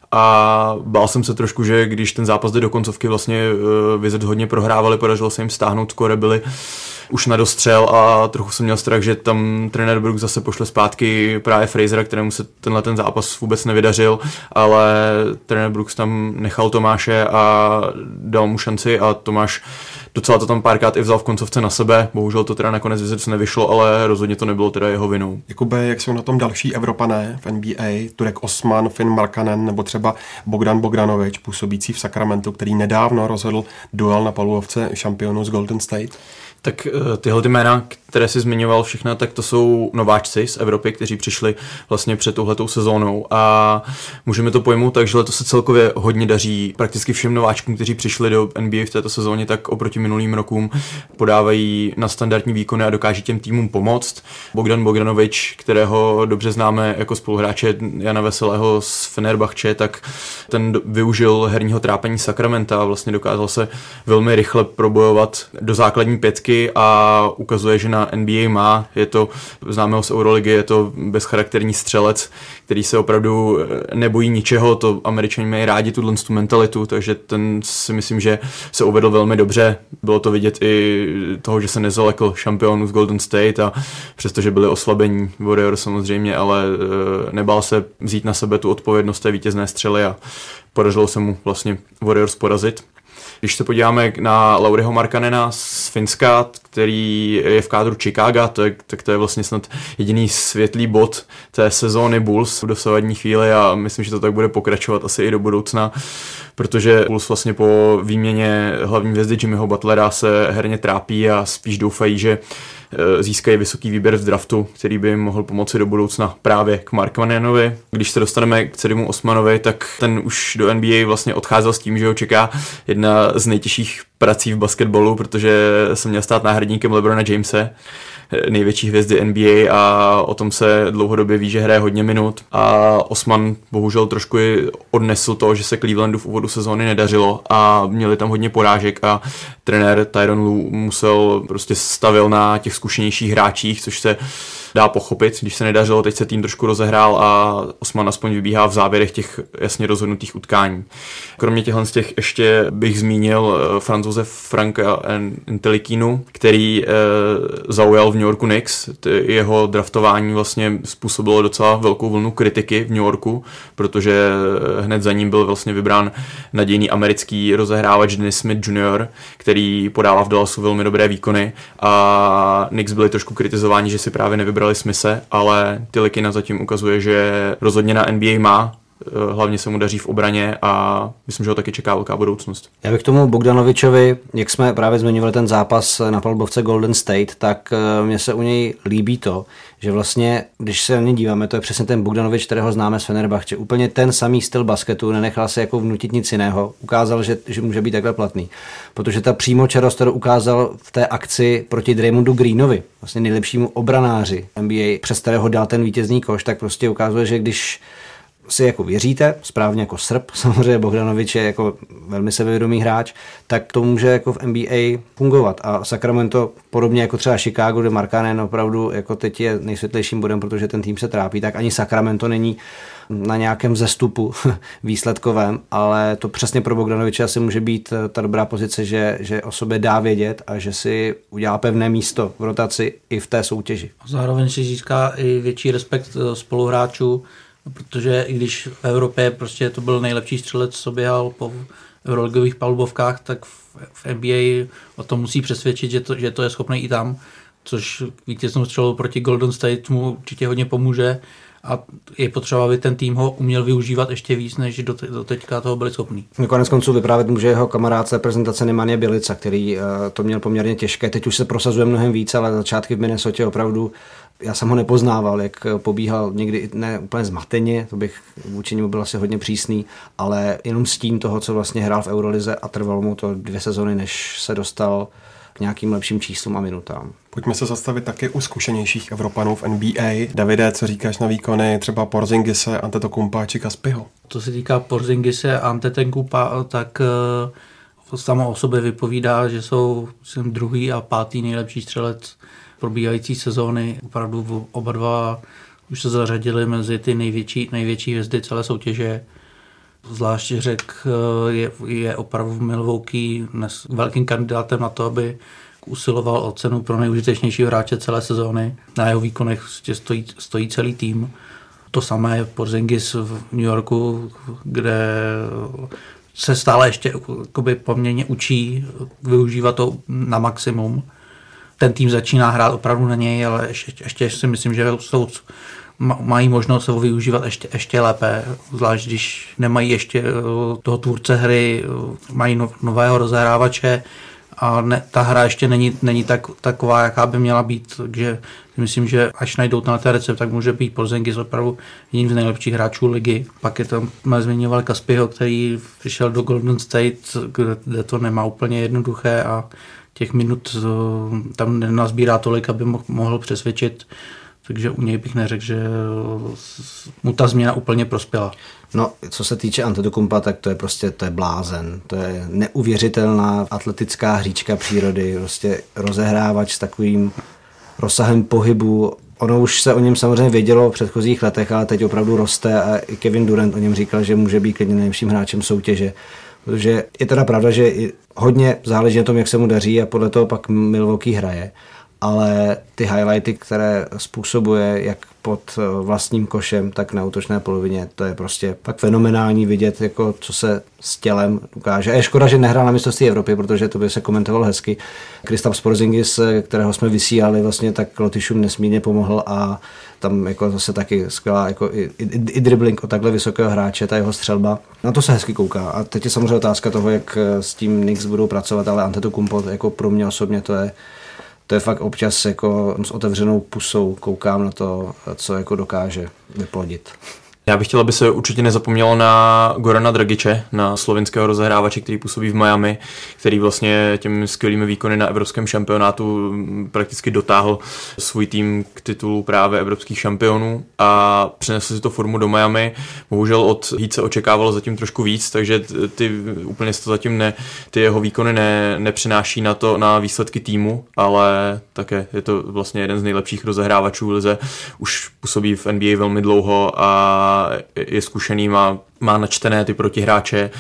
A bál jsem se trošku, že když ten zápas jde do koncovky, vlastně Wizards hodně prohrávali, podařilo se jim stáhnout skóre, byli už na dostřel a trochu jsem měl strach, že tam trenér Brooks zase pošle zpátky právě Frasera, kterému se ten zápas vůbec nevydařil, ale trenér Brooks tam nechal Tomáše a dal mu šanci a Tomáš docela to tam párkrát i vzal v koncovce na sebe, bohužel to teda nakonec Wizards nevyšlo, ale rozhodně to nebylo teda jeho vinou. Jakube, jak jsou na tom další Evropané v NBA, Turek Osman, Finn Markkanen nebo třeba Bogdan Bogdanovič, působící v Sacramentu, který nedávno rozhodl duel na paluhovce šampionů z Golden State? Tak tyhle ty jména, které si zmiňoval všechna, tak to jsou nováčci z Evropy, kteří přišli vlastně před touhletou sezónou a můžeme to pojmout tak, že letos se celkově hodně daří prakticky všem nováčkům, kteří přišli do NBA v této sezóně, tak oproti minulým rokům podávají na standardní výkony a dokáží těm týmům pomoct. Bogdan Bogdanovič, kterého dobře známe jako spoluhráče Jana Veselého z Fenerbahče, tak ten využil herního trápení Sacramenta a vlastně dokázal se velmi rychle probojovat do základní pětky a ukazuje, že na NBA má, je to, známe ho z Euroligy, je to bezcharakterní střelec, který se opravdu nebojí ničeho, to Američani mají rádi tu mentalitu, takže ten si myslím, že se uvedl velmi dobře. Bylo to vidět i toho, že se nezalekl šampionů z Golden State a přestože byli oslabení Warriors samozřejmě, ale nebál se vzít na sebe tu odpovědnost té vítězné střely a podařilo se mu vlastně Warriors porazit. Když se podíváme na Lauriho Markkanena z Finska, který je v kádru Chicaga, tak to je vlastně snad jediný světlý bod té sezóny Bulls v dosavadní chvíli a myslím, že to tak bude pokračovat asi i do budoucna, protože Bulls vlastně po výměně hlavní hvězdy Jimmyho Butlera se herně trápí a spíš doufají, že získají vysoký výběr v draftu, který by jim mohl pomoci do budoucna právě k Markkanenovi. Když se dostaneme k Cedimu Osmanovi, tak ten už do NBA vlastně odcházel s tím, že ho čeká jedna z nejtěžších prací v basketbalu, protože se měl stát náhradníkem LeBrona Jamese, největší hvězdy NBA a o tom se dlouhodobě ví, že hraje hodně minut a Osman bohužel trošku odnesl to, že se Clevelandu v úvodu sezóny nedařilo a měli tam hodně porážek a trenér Tyronn Lue musel prostě stavil na těch zkušenějších hráčích, což se dá pochopit, když se nedařilo, teď se tým trošku rozehrál a Osman aspoň vybíhá v závěrech těch jasně rozhodnutých utkání. Kromě těchhle z těch ještě bych zmínil Francouze Franka Ntilikinu, který zaujal v New Yorku Knicks. Jeho draftování vlastně způsobilo docela velkou vlnu kritiky v New Yorku, protože hned za ním byl vlastně vybrán nadějný americký rozehrávač Dennis Smith Jr., který podává v Dallasu velmi dobré výkony a Knicks byli trošku kritizováni, že si právě nevybrali Smise, ale Tilikina zatím ukazuje, že rozhodně na NBA má, hlavně se mu daří v obraně a myslím, že ho taky čeká velká budoucnost. Já bych k tomu Bogdanovičovi, jak jsme právě zmiňovali ten zápas na palubovce Golden State, tak mně se u něj líbí to, že vlastně, když se na něj díváme, to je přesně ten Bogdanovič, kterého známe z Fenerbahče. Úplně ten samý styl basketu, nenechal se jako vnutit nic jiného, ukázal, že může být takhle platný. Protože ta přímočarost, kterou ukázal v té akci proti Draymondu Greenovi, vlastně nejlepšímu obranáři NBA, přes kterého dal ten vítězný koš, tak prostě ukazuje, že když si jako věříte, správně jako Srb, samozřejmě Bogdanovič je jako velmi sebevědomý hráč, tak to může jako v NBA fungovat. A Sacramento, podobně jako třeba Chicago, kde Markkanen opravdu jako teď je nejsvětlejším bodem, protože ten tým se trápí, tak ani Sacramento není na nějakém zestupu výsledkovém, ale to přesně pro Bogdanoviče asi může být ta dobrá pozice, že o sobě dá vědět a že si udělá pevné místo v rotaci i v té soutěži. Zároveň si získá i větší respekt spoluhráčů, protože i když v Evropě prostě to byl nejlepší střelec, co běhal po euroligových palubovkách, tak v NBA o tom musí přesvědčit, že to je schopný i tam, což vítěznou střelou proti Golden State mu určitě hodně pomůže a je potřeba, aby ten tým ho uměl využívat ještě víc, než do teďka toho byli schopní. Konec konců vyprávět může jeho kamarád z reprezentace Nemanja Bjelica, který to měl poměrně těžké. Teď už se prosazuje mnohem víc, ale začátky v Minnesotě opravdu, já jsem ho nepoznával, jak pobíhal někdy ne úplně zmateně, to bych vůči němu byl asi hodně přísný, ale jenom s tím toho, co vlastně hrál v Eurolize a trvalo mu to 2 sezony, než se dostal k nějakým lepším číslům a minutám. Pojďme se zastavit taky u zkušenějších Evropanů v NBA. Davide, co říkáš na výkony třeba Porzingise, Antetokounmpa či Caspyho? Co se týká Porzingise a Antetokounmpa, tak samo o sobě vypovídá, že jsou druhý a pátý nejlepší střelec probíhající sezóny. Opravdu oba dva už se zařadili mezi ty největší hvězdy celé soutěže. Zvlášť Řek je opravdu Milwaukee velkým kandidátem na to, aby usiloval o cenu pro nejužitečnějšího hráče celé sezóny. Na jeho výkonech stojí celý tým. To samé je Porzingis v New Yorku, kde se stále ještě poměrně učí využívat to na maximum. Ten tým začíná hrát opravdu na něj, ale ještě si myslím, že mají možnost ho využívat ještě lépe, zvlášť když nemají ještě toho tvůrce hry, mají nového rozehrávače a ta hra ještě není taková, jaká by měla být, takže myslím, že až najdou ten recept, tak může být Porzingis opravdu jedním z nejlepších hráčů ligy. Pak je tam, zmiňoval Caspyho, který přišel do Golden State, kde to nemá úplně jednoduché a těch minut tam nenazbírá tolik, aby mohl přesvědčit. Takže u něj bych neřekl, že mu ta změna úplně prospěla. No, co se týče Antetokounmpa, tak to je blázen. To je neuvěřitelná atletická hříčka přírody, prostě rozehrávač s takovým rozsahem pohybu. Ono už se o něm samozřejmě vědělo v předchozích letech, ale teď opravdu roste a i Kevin Durant o něm říkal, že může být klidně nejlepším hráčem soutěže. Protože je teda pravda, že hodně záleží na tom, jak se mu daří a podle toho pak Milwaukee hraje. Ale ty highlighty, které způsobuje jak pod vlastním košem, tak na útočné polovině, to je prostě pak fenomenální vidět, jako co se s tělem ukáže. A je škoda, že nehrál na mistrovství Evropy, protože to by se komentovalo hezky. Kristaps Porzingis, kterého jsme vysílali, vlastně tak Lotyšům nesmírně pomohl a tam jako zase taky skvělá jako i dribbling od takhle vysokého hráče, ta jeho střelba. Na to se hezky kouká. A teď je samozřejmě otázka toho, jak s tím Knicks budou pracovat, ale Antetokounmpo jako pro mě osobně to je fakt občas jako s otevřenou pusou koukám na to, co jako dokáže vyplodit. Já bych chtěl, aby se určitě nezapomnělo na Gorana Dragiče, na slovinského rozehrávače, který působí v Miami, který vlastně těmi skvělými výkony na evropském šampionátu prakticky dotáhl svůj tým k titulu právě evropských šampionů a přinesl si to formu do Miami. Bohužel od Heat se očekávalo zatím trošku víc, takže úplně se to zatím ty jeho výkony nepřináší na výsledky týmu, ale také je to vlastně jeden z nejlepších rozehrávačů v lize. Už působí v NBA velmi dlouho a je zkušený, má načtené ty protihráče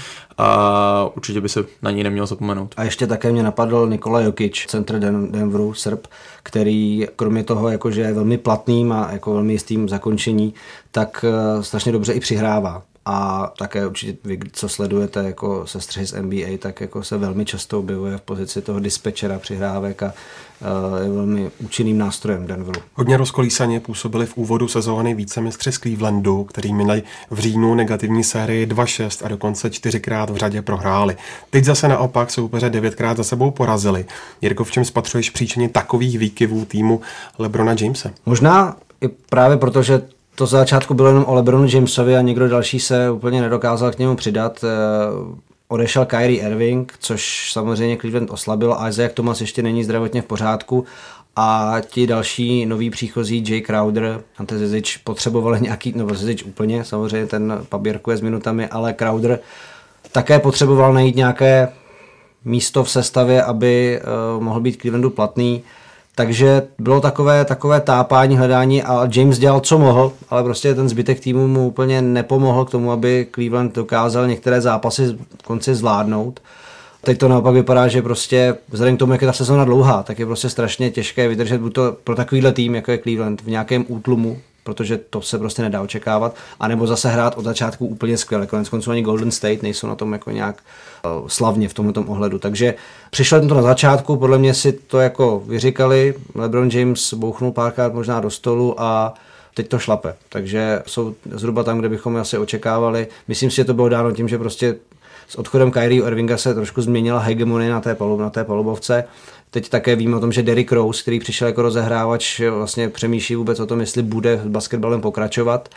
a určitě by se na něj neměl zapomenout. A ještě také mě napadl Nikola Jokic, centr Denveru, Srb, který kromě toho, jakože je velmi platným a jako velmi jistým zakončení, tak strašně dobře i přihrává. A také určitě vy, co sledujete jako sestřihy z NBA, tak jako se velmi často objevuje v pozici toho dispečera přihrávek a je velmi účinným nástrojem Denveru. Hodně rozkolísaně působili v úvodu sezóny vícemistři z Clevelandu, který měli v říjnu negativní sérii 2-6 a dokonce 4krát v řadě prohráli. Teď zase naopak soupeře 9krát za sebou porazili. Jirko, v čem spatřuješ příčině takových výkyvů týmu LeBrona Jamese? Možná i právě proto, že to z začátku bylo jenom o LeBronu Jamesovi a někdo další se úplně nedokázal k němu přidat. Odešel Kyrie Irving, což samozřejmě Cleveland oslabil, a Isaiah Thomas ještě není zdravotně v pořádku a ti další noví příchozí Jay Crowder, Ante Zizic potřebovali nějaký, nebo Zizic úplně, samozřejmě ten paběrkuje s minutami, ale Crowder také potřeboval najít nějaké místo v sestavě, aby mohl být Clevelandu platný. Takže bylo takové tápání, hledání a James dělal, co mohl, ale prostě ten zbytek týmu mu úplně nepomohl k tomu, aby Cleveland dokázal některé zápasy v konci zvládnout. Teď to naopak vypadá, že prostě vzhledem k tomu, jak je ta sezóna dlouhá, tak je prostě strašně těžké vydržet buď to pro takovýhle tým, jako je Cleveland, v nějakém útlumu protože to se prostě nedá očekávat, anebo zase hrát od začátku úplně skvěle. Koneckonců ani Golden State nejsou na tom jako nějak slavně v tomto ohledu. Takže přišlo to na začátku, podle mě si to jako vyříkali, LeBron James bouchnul párkrát možná do stolu a teď to šlape. Takže jsou zhruba tam, kde bychom asi očekávali. Myslím si, že to bylo dáno tím, že prostě s odchodem Kyrie Irvinga se trošku změnila hegemonie na té palubovce. Teď také víme o tom, že Derrick Rose, který přišel jako rozehrávač, vlastně přemýšlí vůbec o tom, jestli bude s basketbalem pokračovat.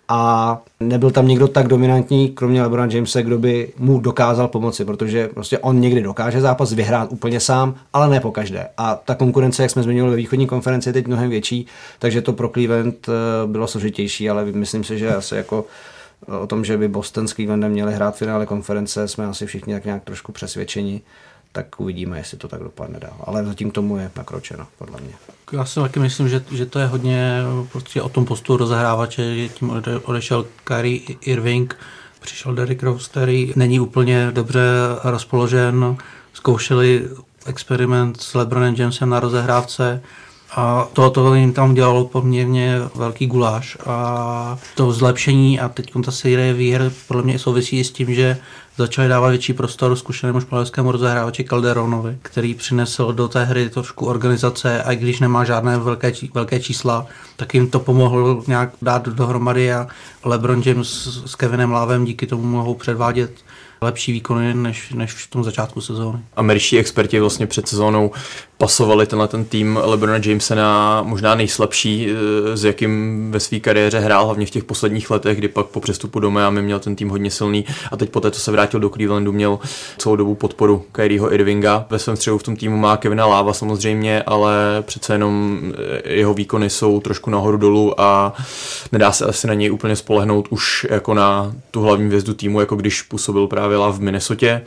A nebyl tam někdo tak dominantní, kromě LeBrona Jamese, kdo by mu dokázal pomoci, protože prostě on někdy dokáže zápas vyhrát úplně sám, ale ne pokaždé. A ta konkurence, jak jsme zmiňovali ve východní konferenci, je teď mnohem větší, takže to pro Cleveland bylo složitější, ale myslím si, že asi jako o tom, že by Boston s Clevelandem měli hrát finále konference, jsme asi všichni tak nějak trošku přesvědčeni. Tak uvidíme, jestli to tak dopadne dál. Ale zatím k tomu je nakročeno, podle mě. Já si taky myslím, že to je hodně prostě o tom postu rozehrávače, že tím odešel Kyrie Irving, přišel Derrick Rose, který není úplně dobře rozpoložen, zkoušeli experiment s LeBronem Jamesem na rozehrávce a to jim tam dělalo poměrně velký guláš a to zlepšení a teď ta série výher podle mě souvisí s tím, že začali dávat větší prostor zkušenému španělskému rozehrávači Calderonovi, který přinesl do té hry trošku organizace a i když nemá žádné velké čísla, tak jim to pomohl nějak dát dohromady a LeBron James s Kevinem Lovem díky tomu mohou předvádět lepší výkony než v tom začátku sezóny. Američtí experti vlastně před sezónou pasovali ten tým LeBrona Jamesa na možná nejslabší, s jakým ve své kariéře hrál, hlavně v těch posledních letech, kdy pak po přestupu do Miami měl ten tým hodně silný a teď poté, co se vrátil do Clevelandu, měl celou dobu podporu Kyrieho Irvinga. Ve svém středu v tom týmu má Kevina Lova samozřejmě, ale přece jenom jeho výkony jsou trošku nahoru dolů a nedá se asi na něj úplně spolehnout už jako na tu hlavní hvězdu týmu, jako když působil právě Love v Minnesotě.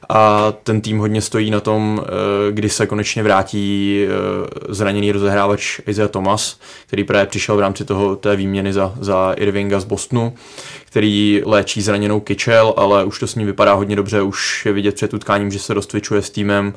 A ten tým hodně stojí na tom, kdy se konečně vrátí zraněný rozehrávač Isaiah Thomas, který právě přišel v rámci té výměny za Irvinga z Bostonu, který léčí zraněnou kyčel, ale už to s ním vypadá hodně dobře, už je vidět před utkáním, že se rozcvičuje s týmem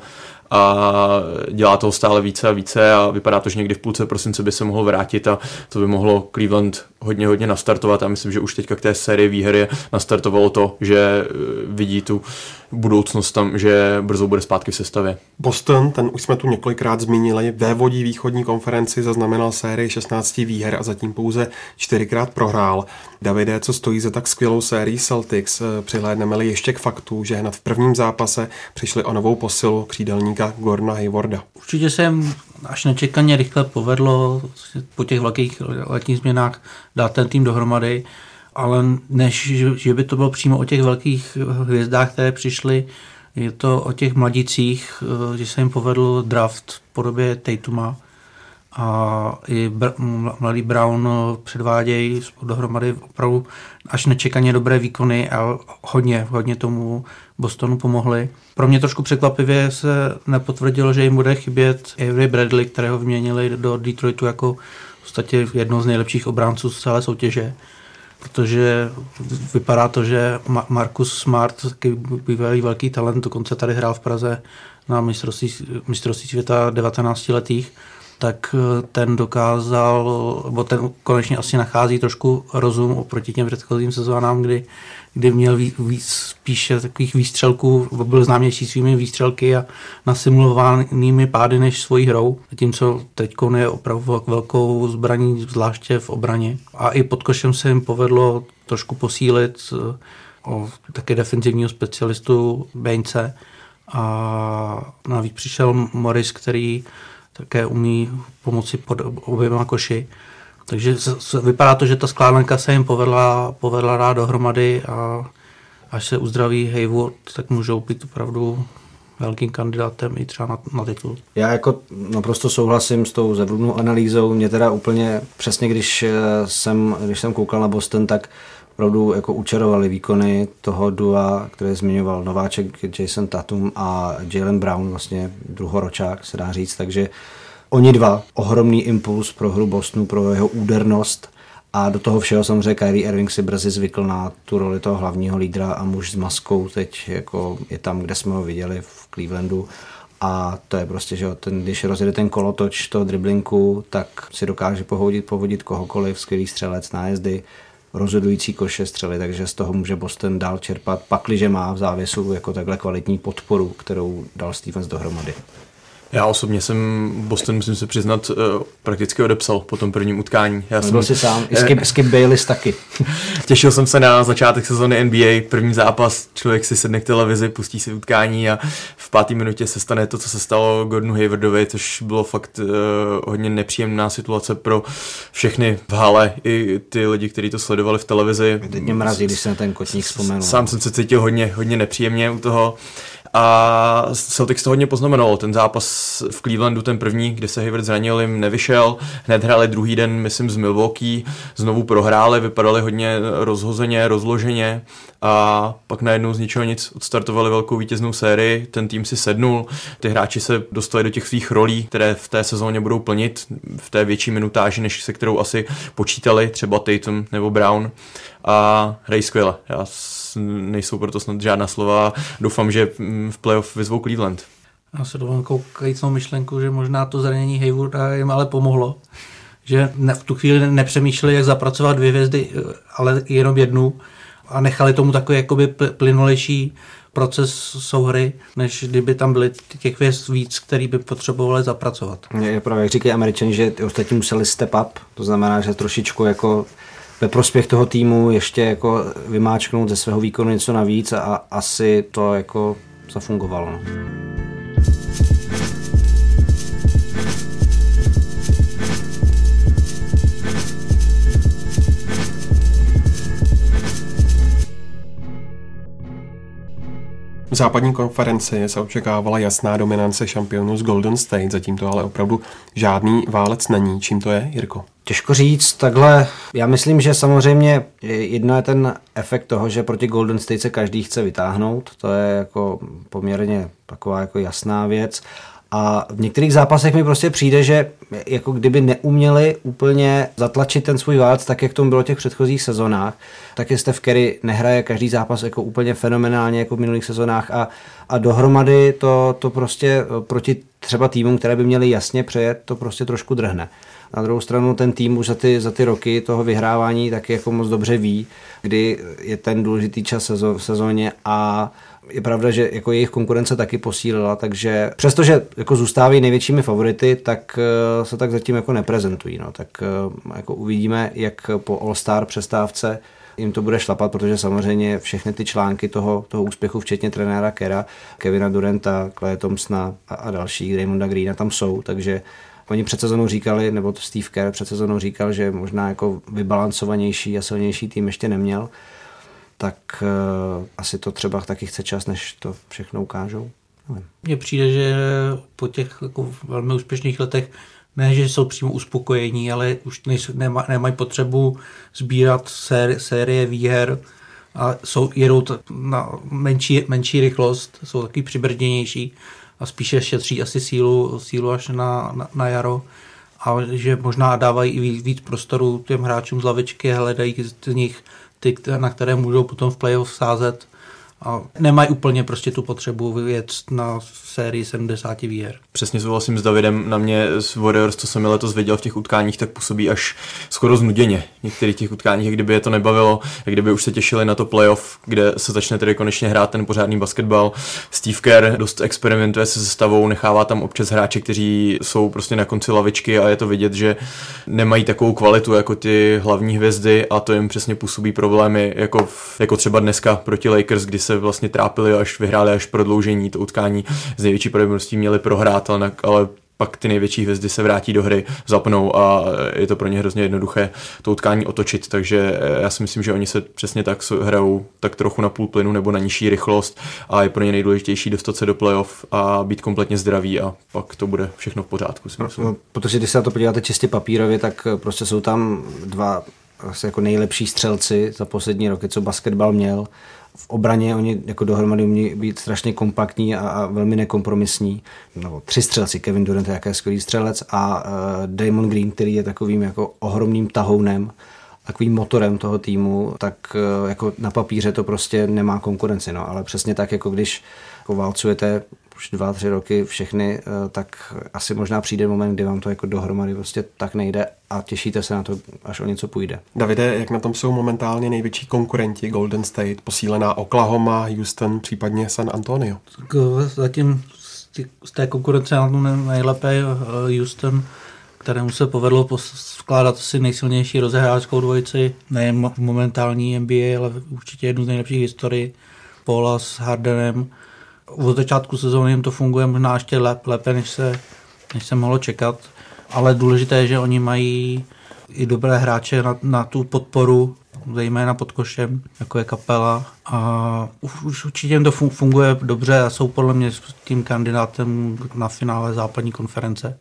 a dělá toho stále více a více a vypadá to, že někdy v půlce prosince by se mohl vrátit a to by mohlo Cleveland hodně nastartovat a myslím, že už teďka k té sérii výhry nastartovalo to, že vidí tu budoucnost tam, že brzo bude zpátky v sestavě. Boston, ten už jsme tu několikrát zmínili, vévodí východní konferenci, zaznamenal sérii 16 výher a zatím pouze 4krát prohrál. Davide, co stojí za tak skvělou sérií Celtics? Přihlédneme-li ještě k faktu, že hned v prvním zápase přišli o novou posilu křídelníka Gordona Haywarda. Určitě se jim až nečekaně rychle povedlo po těch velkých letních změnách dát ten tým dohromady, ale než že by to bylo přímo o těch velkých hvězdách, které přišly, je to o těch mladicích, že se jim povedl draft v podobě Tatuma a i mladý Brown předvádějí dohromady opravdu až nečekaně dobré výkony a hodně tomu Bostonu pomohli. Pro mě trošku překvapivě se nepotvrdilo, že jim bude chybět Avery Bradley, kterého vyměnili do Detroitu jako v podstatě jedno z nejlepších obránců z celé soutěže. Protože vypadá to, že Marcus Smart, taky bývalý velký talent, dokonce tady hrál v Praze na mistrovství světa 19letých, tak ten dokázal, bo ten konečně asi nachází trošku rozum oproti těm předchozím sezónám, kdy měl spíše takových výstřelků, byl známější svými výstřelky a nasimulovanými pády než svojí hrou, zatímco teďko je opravdu velkou zbraní, zvláště v obraně. A i pod košem se jim povedlo trošku posílit o také defenzivního specialistu Bainese a navíc přišel Morris, který také umí pomoci pod oběma koši. Takže vypadá to, že ta skládanka se jim povedla dát dohromady a až se uzdraví Hayward, tak můžou být opravdu velkým kandidátem i třeba na titul. Já jako naprosto souhlasím s tou zevrubnou analýzou. Mě teda úplně přesně, když jsem koukal na Boston, tak opravdu jako učarovali výkony toho dua, které zmiňoval nováček Jason Tatum a Jaylen Brown, vlastně druhoročák, se dá říct, takže oni dva, ohromný impuls pro hru Bostonu, pro jeho údernost a do toho všeho samozřejmě Kyrie Irving si brzy zvykl na tu roli toho hlavního lídra a muž s maskou teď jako je tam, kde jsme ho viděli v Clevelandu A to je prostě, že když rozjede ten kolotoč toho driblinku, tak si dokáže pohodit kohokoliv, skvělý střelec, nájezdy, rozhodující koše střely, takže z toho může Boston dál čerpat, pakliže má v závěsu jako takhle kvalitní podporu, kterou dal Stevens dohromady. Já osobně jsem Boston, musím se přiznat, prakticky odepsal po tom prvním utkání. Byl jsi sám, i Skip Bayless taky. Těšil jsem se na začátek sezóny NBA, první zápas, člověk si sedne k televizi, pustí si utkání a v 5. minutě se stane to, co se stalo Gordonu Haywardovi, což bylo fakt hodně nepříjemná situace pro všechny v hale, i ty lidi, kteří to sledovali v televizi. Teď mě mrazí, když se na ten kotník vzpomenu. Sám jsem se cítil hodně nepříjemně u toho. A Celtics to hodně poznamenalo. Ten zápas v Clevelandu, ten první, kde se Hayward zranil, jim nevyšel. Hned hráli druhý den, myslím, z Milwaukee. Znovu prohráli, vypadali hodně rozhozeně, rozloženě. A pak najednou z ničeho nic odstartovali velkou vítěznou sérii. Ten tým si sednul. Ty hráči se dostali do těch svých rolí, které v té sezóně budou plnit v té větší minutáži, než se kterou asi počítali, třeba Tatum nebo Brown. A hrají skvěle. Nejsou proto snad žádná slova. Doufám, že v playoff vyzvou Cleveland. Já se dovolím koukajícnou myšlenku, že možná to zranění Haywarda jim ale pomohlo. Že v tu chvíli nepřemýšleli, jak zapracovat 2 hvězdy, ale jenom jednu. A nechali tomu takový jakoby plynulejší proces souhry, než kdyby tam byly těch hvězd víc, který by potřebovali zapracovat. Je právě, jak říkají Američani, že ostatní museli step up. To znamená, že trošičku jako ve prospěch toho týmu ještě jako vymáčknout ze svého výkonu něco navíc a asi to jako zafungovalo. No. V západní konferenci se očekávala jasná dominance šampionů z Golden State, zatím to ale opravdu žádný válec není. Čím to je, Jirko? Těžko říct, takhle, já myslím, že samozřejmě jedno je ten efekt toho, že proti Golden State se každý chce vytáhnout, to je jako poměrně taková jako jasná věc. A v některých zápasech mi prostě přijde, že jako kdyby neuměli úplně zatlačit ten svůj válec tak, jak tomu bylo v těch předchozích sezonách, tak je Steph Curry nehraje každý zápas jako úplně fenomenálně jako v minulých sezonách a dohromady to prostě proti třeba týmům, které by měly jasně přejet, to prostě trošku drhne. Na druhou stranu ten tým už za ty roky toho vyhrávání taky jako moc dobře ví, kdy je ten důležitý čas v sezóně a je pravda, že jako jejich konkurence taky posílila, takže přestože jako zůstávají největšími favority, tak se tak zatím jako neprezentují. No. Tak jako uvidíme, jak po All-Star přestávce jim to bude šlapat, protože samozřejmě všechny ty články toho úspěchu, včetně trenéra Kera, Kevina Duranta, Klaya Thompsona a dalších, Draymonda Greena tam jsou, takže oni před sezónou říkali, nebo Steve Kerr před sezónou říkal, že možná jako vybalancovanější a silnější tým ještě neměl, tak asi to třeba taky chce čas, než to všechno ukážou. Mně přijde, že po těch jako velmi úspěšných letech ne, že jsou přímo uspokojení, ale už nemají potřebu sbírat série výher a jedou na menší rychlost, jsou taky přibrzděnější a spíše šetří asi sílu až na jaro. A že možná dávají i víc prostoru těm hráčům z lavičky a hledají z nich ty, na které můžou potom v playoff sázet. A nemají úplně prostě tu potřebu vyjet na sérii 70 výher. Přesně souhlasím s Davidem, na mě z Warriors, co jsem letos viděl v těch utkáních, tak působí až skoro znuděně. V některých těch utkáních, jak kdyby je to nebavilo, jak kdyby už se těšili na to playoff, kde se začne tedy konečně hrát ten pořádný basketbal. Steve Kerr dost experimentuje se sestavou, nechává tam občas hráče, kteří jsou prostě na konci lavičky a je to vidět, že nemají takovou kvalitu jako ty hlavní hvězdy a to jim přesně působí problémy, jako třeba dneska proti Lakers, kdy se vlastně trápili až vyhráli až prodloužení, to utkání z největší pravděpodobností měli prohrát, ale pak ty největší hvězdy se vrátí do hry, zapnou a je to pro ně hrozně jednoduché to utkání otočit, takže já si myslím, že oni se přesně tak hrajou tak trochu na půl plynu nebo na nižší rychlost a je pro ně nejdůležitější dostat se do playoff a být kompletně zdravý a pak to bude všechno v pořádku. No, protože když se na to podíváte čistě papírově, tak prostě jsou tam dva asi jako nejlepší střelci za poslední roky, co basketbal měl. V obraně oni jako dohromady umí být strašně kompaktní a velmi nekompromisní. No, 3 střelci, Kevin Durant je jaký skvělý střelec a Draymond Green, který je takovým jako ohromným tahounem, takovým motorem toho týmu, tak jako na papíře to prostě nemá konkurenci, no, ale přesně tak, jako když jako válcujete už 2-3 roky všechny, tak asi možná přijde moment, kdy vám to jako dohromady prostě tak nejde a těšíte se na to, až o něco půjde. Davide, jak na tom jsou momentálně největší konkurenti Golden State, posílená Oklahoma, Houston, případně San Antonio? Tak zatím z té konkurence na tom nejlépe Houston, kterému se povedlo skládat asi nejsilnější rozehráčskou dvojici, nejen v momentální NBA, ale určitě jednu z nejlepších historií, Paula s Hardenem. Od začátku sezóny jim to funguje možná ještě lépe, než se mohlo čekat, ale důležité je, že oni mají i dobré hráče na tu podporu, zejména pod košem, jako je Kapela, a už určitě jim to funguje dobře a jsou podle mě tím kandidátem na finále západní konference.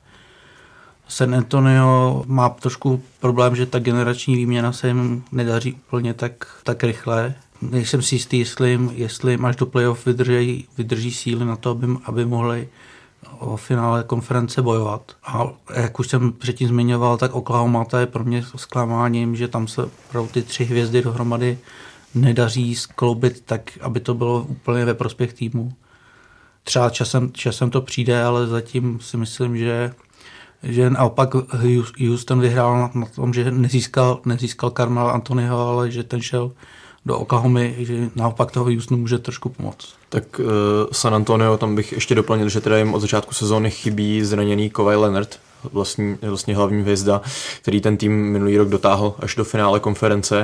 San Antonio má trošku problém, že ta generační výměna se jim nedaří úplně tak rychle. Nejsem si jistý, jestli až do playoff vydrží síly na to, aby mohli o finále konference bojovat. A jak už jsem předtím zmiňoval, tak Oklahoma to je pro mě zklamáním, že tam se pro ty 3 hvězdy dohromady nedaří skloubit tak, aby to bylo úplně ve prospěch týmu. Třeba časem to přijde, ale zatím si myslím, že naopak Houston vyhrál na tom, že nezískal Carmela Anthonyho, ale že ten šel do Oklahomy, že naopak toho Houstonu může trošku pomoct. Tak San Antonio, tam bych ještě doplnil, že teda jim od začátku sezóny chybí zraněný Kawhi Leonard, vlastně hlavní hvězda, který ten tým minulý rok dotáhl až do finále konference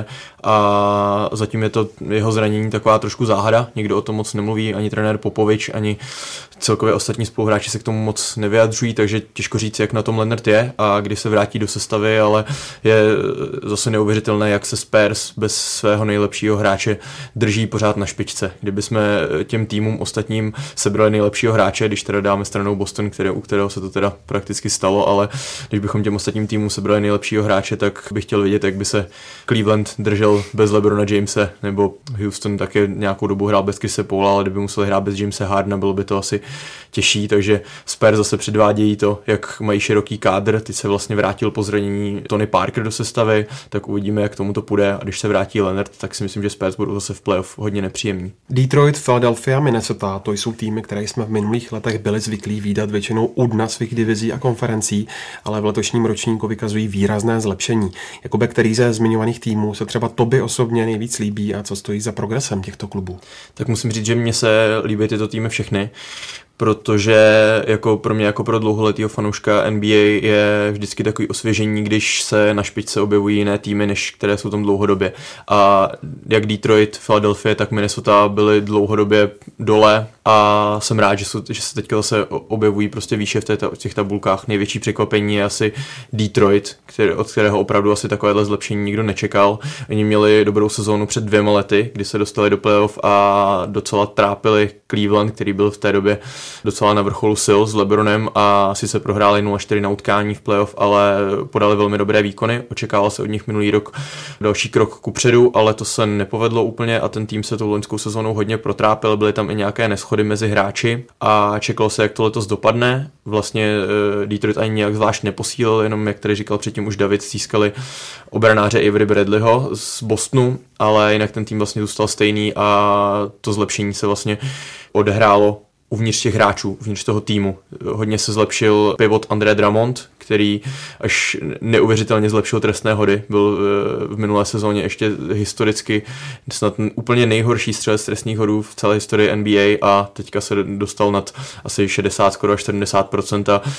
a zatím je to jeho zranění taková trošku záhada, nikdo o tom moc nemluví, ani trenér Popovič, ani celkově ostatní spoluhráči se k tomu moc nevyjadřují, takže těžko říct, jak na tom Leonard je a kdy se vrátí do sestavy, ale je zase neuvěřitelné, jak se Spurs bez svého nejlepšího hráče drží pořád na špičce. Kdyby jsme těm týmům ostatním sebrali nejlepšího hráče, když teda dáme stranou Boston, u kterého se to teda prakticky stalo, ale když bychom těm ostatním týmům sebrali nejlepšího hráče, tak bych chtěl vidět, jak by se Cleveland držel bez LeBrona Jamese, nebo Houston také nějakou dobu hrál bez Chrisse Paula, ale kdyby museli hrát bez Jamesa Hardena, bylo by to asi těžší, takže Spurs zase předvádějí to, jak mají široký kádr. Teď se vlastně vrátil po zranění Tony Parker do sestavy, tak uvidíme, jak tomu to půjde, a když se vrátí Leonard, tak si myslím, že Spurs budou zase v playoff hodně nepříjemní. Detroit, Philadelphia, Minnesota, to jsou týmy, které jsme v minulých letech byli zvyklí vídat většinou u dna svých divizí a konferencí, ale v letošním ročníku vykazují výrazné zlepšení. Jakoby který ze zmiňovaných týmů se třeba tobě osobně nejvíc líbí a co stojí za progresem těchto klubů? Tak musím říct, že mně se líbí tyto týmy všechny, protože pro mě jako pro dlouholetýho fanouška NBA je vždycky takový osvěžení, když se na špičce objevují jiné týmy, než které jsou tam dlouhodobě. A jak Detroit, Philadelphia, tak Minnesota byly dlouhodobě dole a jsem rád, že se teďka zase objevují prostě výše v těch tabulkách. Největší překvapení je asi Detroit, od kterého opravdu asi takovéhle zlepšení nikdo nečekal. Oni měli dobrou sezónu před 2 lety, kdy se dostali do playoff a docela trápili Cleveland, který byl v té době docela na vrcholu sil s LeBronem a sice prohráli 0-4 na utkání v playoff, ale podali velmi dobré výkony. Očekával se od nich minulý rok další krok kupředu, ale to se nepovedlo úplně a ten tým se tou loňskou sezónou hodně protrápil, byly tam i nějaké neshody mezi hráči a čekalo se, jak to letos dopadne. Vlastně Detroit ani nějak zvlášť neposílil, jenom jak tady říkal předtím už David, získali obranáře Avery Bradleyho z Bostonu, ale jinak ten tým vlastně zůstal stejný a to zlepšení se vlastně odehrálo uvnitř těch hráčů, uvnitř toho týmu. Hodně se zlepšil pivot Andre Drummond, který až neuvěřitelně zlepšil trestné hody. Byl v minulé sezóně ještě historicky snad úplně nejhorší střelec trestných hodů v celé historii NBA a teďka se dostal nad asi 60, skoro až 70% a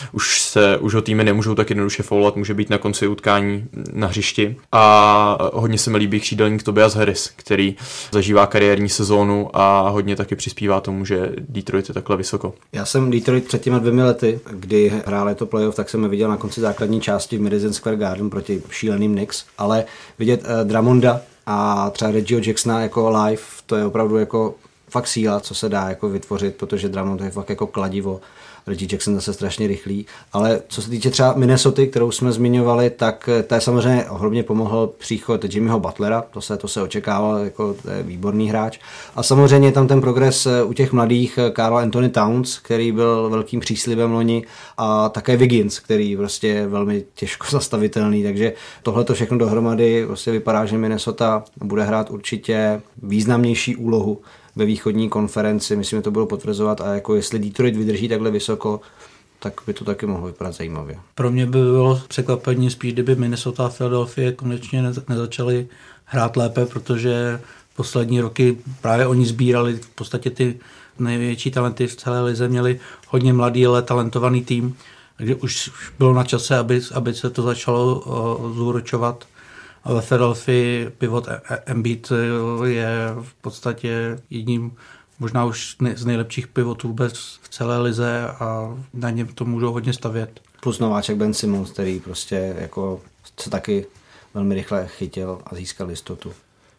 už ho týmy nemůžou tak jednoduše foulat, může být na konci utkání na hřišti. A hodně se mi líbí křídelník Tobias Harris, který zažívá kariérní sezónu a hodně taky přispívá tomu, že Detroit je takhle vysoko. Já jsem Detroit před těma 2 lety, kdy hráli to playoff, tak jsem je viděl na konci základní části v Madison Square Garden proti šíleným Knicks, ale vidět Drummonda a třeba Reggieho Jacksona jako live, to je opravdu jako fakt síla, co se dá jako vytvořit, protože Drummond je fakt jako kladivo. Reggie Jackson zase strašně rychlý, ale co se týče třeba Minnesoty, kterou jsme zmiňovali, tak to je samozřejmě ohromně pomohl příchod Jimmyho Butlera, to se očekával, jako to je výborný hráč. A samozřejmě tam ten progres u těch mladých, Karl Anthony Towns, který byl velkým příslibem loni, a také Wiggins, který prostě je velmi těžko zastavitelný, takže tohle to všechno dohromady prostě vypadá, že Minnesota bude hrát určitě významnější úlohu ve východní konferenci, myslím, že to bylo potvrzovat, a jako jestli Detroit vydrží takhle vysoko, tak by to taky mohlo vypadat zajímavě. Pro mě by bylo překvapení spíš, kdyby Minnesota a Philadelphia konečně nezačali hrát lépe, protože poslední roky právě oni sbírali v podstatě ty největší talenty v celé lize, měli hodně mladý, ale talentovaný tým, takže už bylo na čase, aby se to začalo zúročovat. A ve Philadelphii pivot Embiid je v podstatě jedním možná už z nejlepších pivotů vůbec v celé lize a na něm to můžou hodně stavět. Plus nováček Ben Simmons, který prostě jako se taky velmi rychle chytil a získal jistotu.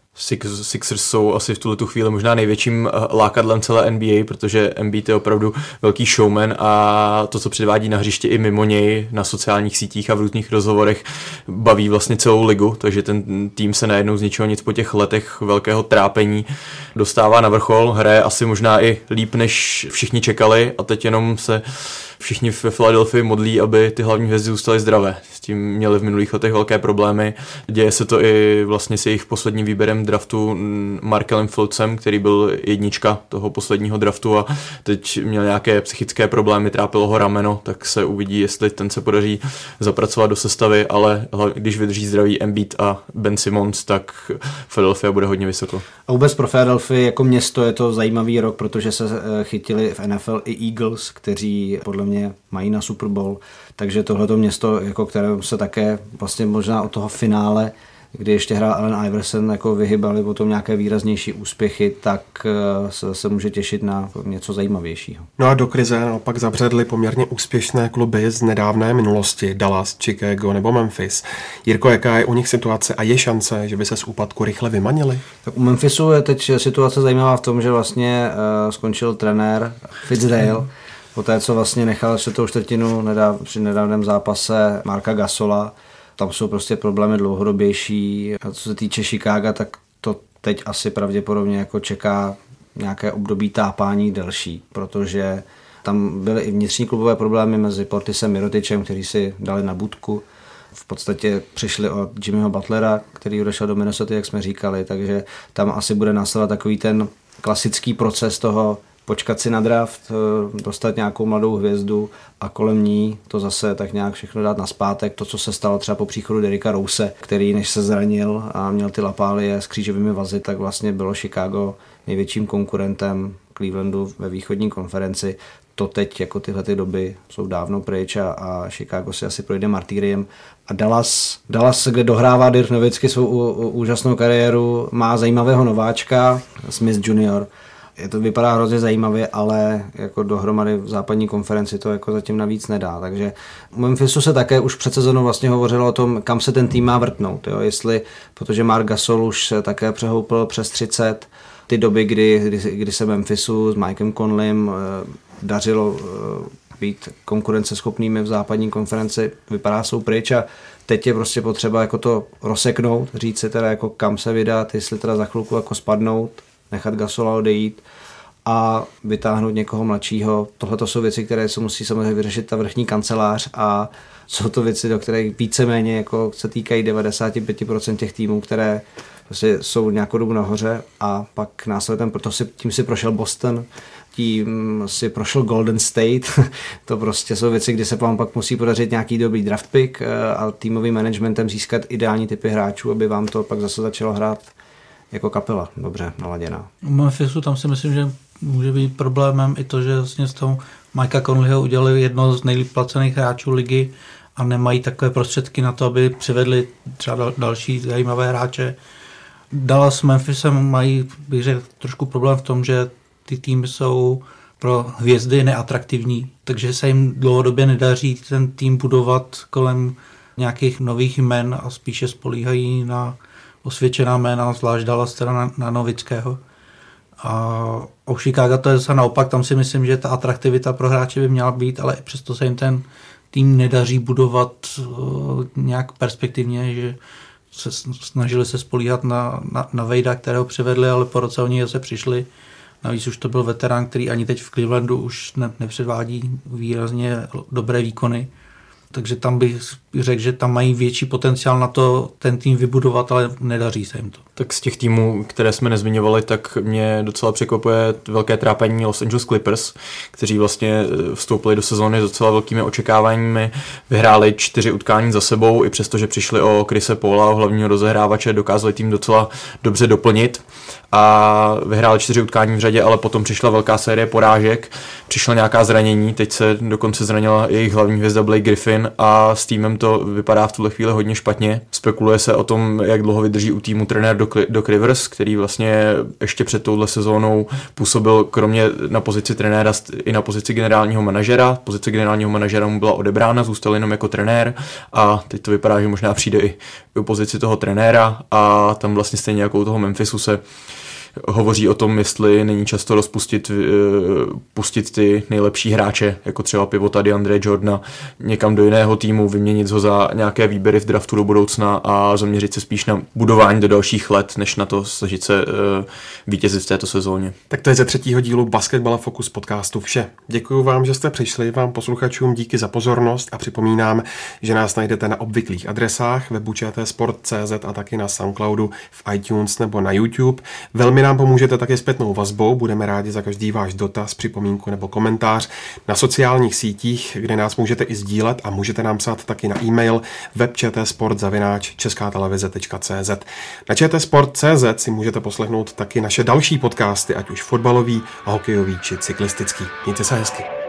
Sixers jsou asi v tuto chvíli možná největším lákadlem celé NBA, protože Embiid je opravdu velký showman a to, co předvádí na hřiště i mimo něj na sociálních sítích a v různých rozhovorech, baví vlastně celou ligu, takže ten tým se najednou z ničeho nic po těch letech velkého trápení dostává na vrchol, hraje asi možná i líp, než všichni čekali a teď jenom se všichni ve Philadelphii modlí, aby ty hlavní hvězdy zůstaly zdravé. S tím měli v minulých letech velké problémy. Děje se to i vlastně s jejich posledním výběrem draftu Markelem Fultzem, který byl jednička toho posledního draftu a teď měl nějaké psychické problémy, trápilo ho rameno, tak se uvidí, jestli ten se podaří zapracovat do sestavy, ale když vydrží zdraví Embiid a Ben Simmons, tak Philadelphia bude hodně vysoko. A vůbec pro Philadelphia jako město je to zajímavý rok, protože se chytili v NFL i Eagles, kteří podle mě mají na Super Bowl, takže tohleto město, jako které se také vlastně možná od toho finále, kdy ještě hrál Allen Iverson, jako vyhybali potom nějaké výraznější úspěchy, tak se může těšit na něco zajímavějšího. No a do krize naopak zabředly poměrně úspěšné kluby z nedávné minulosti, Dallas, Chicago nebo Memphis. Jirko, jaká je u nich situace a je šance, že by se z úpadku rychle vymanili? Tak u Memphisu je teď situace zajímavá v tom, že vlastně skončil trenér Fitzdale, poté co vlastně nechal čtvrtou čtvrtinu při nedávném zápase Marka Gasola. Tam jsou prostě problémy dlouhodobější. A co se týče Chicaga, tak to teď asi pravděpodobně jako čeká nějaké období tápání delší, protože tam byly i vnitřní klubové problémy mezi Portisem a Mirotičem, kteří si dali na budku. V podstatě přišli od Jimmyho Butlera, který odešel do Minnesota, jak jsme říkali, takže tam asi bude následovat takový ten klasický proces toho počkat si na draft, dostat nějakou mladou hvězdu a kolem ní to zase tak nějak všechno dát nazpátek. To, co se stalo třeba po příchodu Derricka Rose, který než se zranil a měl ty lapálie s křížovými vazy, tak vlastně bylo Chicago největším konkurentem Clevelandu ve východní konferenci. To teď jako tyhle ty doby jsou dávno pryč a Chicago si asi projde martýriem. A Dallas, kde dohrává Dirk Nowitzki svou úžasnou kariéru, má zajímavého nováčka, Smith Jr., to vypadá hrozně zajímavě, ale jako dohromady v západní konferenci to jako zatím navíc nedá. Takže u Memphisu se také už před sezónou vlastně hovořilo o tom, kam se ten tým má vrtnout. Jo? Protože Marc Gasol už se také přehoupil přes 30. Ty doby, kdy se Memphisu s Mikem Conleym dařilo být konkurenceschopnými v západní konferenci, vypadá jsou pryč a teď je prostě potřeba jako to rozseknout, říct si teda jako kam se vydat, jestli teda za chvilku jako spadnout, nechat Gasola odejít a vytáhnout někoho mladšího. Tohle to jsou věci, které se musí samozřejmě vyřešit ta vrchní kancelář a jsou to věci, do kterých víceméně jako se týkají 95% těch týmů, které prostě jsou nějakou dobu nahoře a pak následem, tím si prošel Boston, tím si prošel Golden State. To prostě jsou věci, kdy se vám pak musí podařit nějaký dobrý draft pick a týmovým managementem získat ideální typy hráčů, aby vám to pak zase začalo hrát jako kapela dobře naladěná. U Memphisu tam si myslím, že může být problémem i to, že vlastně z toho Mikea Conleyho udělali jedno z nejlíp placených hráčů ligy a nemají takové prostředky na to, aby přivedli třeba další zajímavé hráče. Dallas s Memphisem mají, bych řekl, trošku problém v tom, že ty týmy jsou pro hvězdy neatraktivní, takže se jim dlouhodobě nedaří ten tým budovat kolem nějakých nových jmen a spíše spolíhají na osvědčená jména, zvlášť Dallas teda na Nowitzkého. A u Chicago to je zase naopak, tam si myslím, že ta atraktivita pro hráče by měla být, ale i přesto se jim ten tým nedaří budovat nějak perspektivně, že se snažili se spolíhat na Wadea, kterého přivedli, ale po roce oni zase přišli. Navíc už to byl veterán, který ani teď v Clevelandu už nepředvádí výrazně dobré výkony. Takže tam bych řekl, že tam mají větší potenciál na to ten tým vybudovat, ale nedaří se jim to. Tak z těch týmů, které jsme nezmiňovali, tak mě docela překvapuje velké trápení Los Angeles Clippers, kteří vlastně vstoupili do sezóny s docela velkými očekáváními, vyhráli 4 utkání za sebou, i přesto, že přišli o Chrise Paula, o hlavního rozehrávače, dokázali tým docela dobře doplnit a vyhráli 4 utkání v řadě, ale potom přišla velká série porážek, přišla nějaká zranění, teď se dokonce zranila jejich hlavní hvězda Blake Griffin a s týmem to vypadá v tuhle chvíli hodně špatně. Spekuluje se o tom, jak dlouho vydrží u týmu trenér Doc Rivers, který vlastně ještě před touhle sezónou působil kromě na pozici trenéra i na pozici generálního manažera. Pozice generálního manažera mu byla odebrána, zůstal jenom jako trenér a teď to vypadá, že možná přijde i u pozici toho trenéra a tam vlastně stejně jako u toho Memphisu se hovoří o tom, jestli není často pustit ty nejlepší hráče, jako třeba pivota DeAndre Jordana, někam do jiného týmu, vyměnit ho za nějaké výběry v draftu do budoucna a zaměřit se spíš na budování do dalších let, než na to snažit se vítězit v této sezóně. Tak to je ze 3. dílu Basketball Focus podcastu vše. Děkuji vám, že jste přišli, vám posluchačům díky za pozornost a připomínám, že nás najdete na obvyklých adresách webu čtsport.cz a taky na Soundcloudu, v iTunes nebo na YouTube. Velmi nám pomůžete také zpětnou vazbou, budeme rádi za každý váš dotaz, připomínku nebo komentář na sociálních sítích, kde nás můžete i sdílet a můžete nám psát taky na e-mail webčtsport@českatelevize.cz. Na čtsport.cz si můžete poslechnout taky naše další podcasty, ať už fotbalový, hokejový či cyklistický. Mějte se hezky.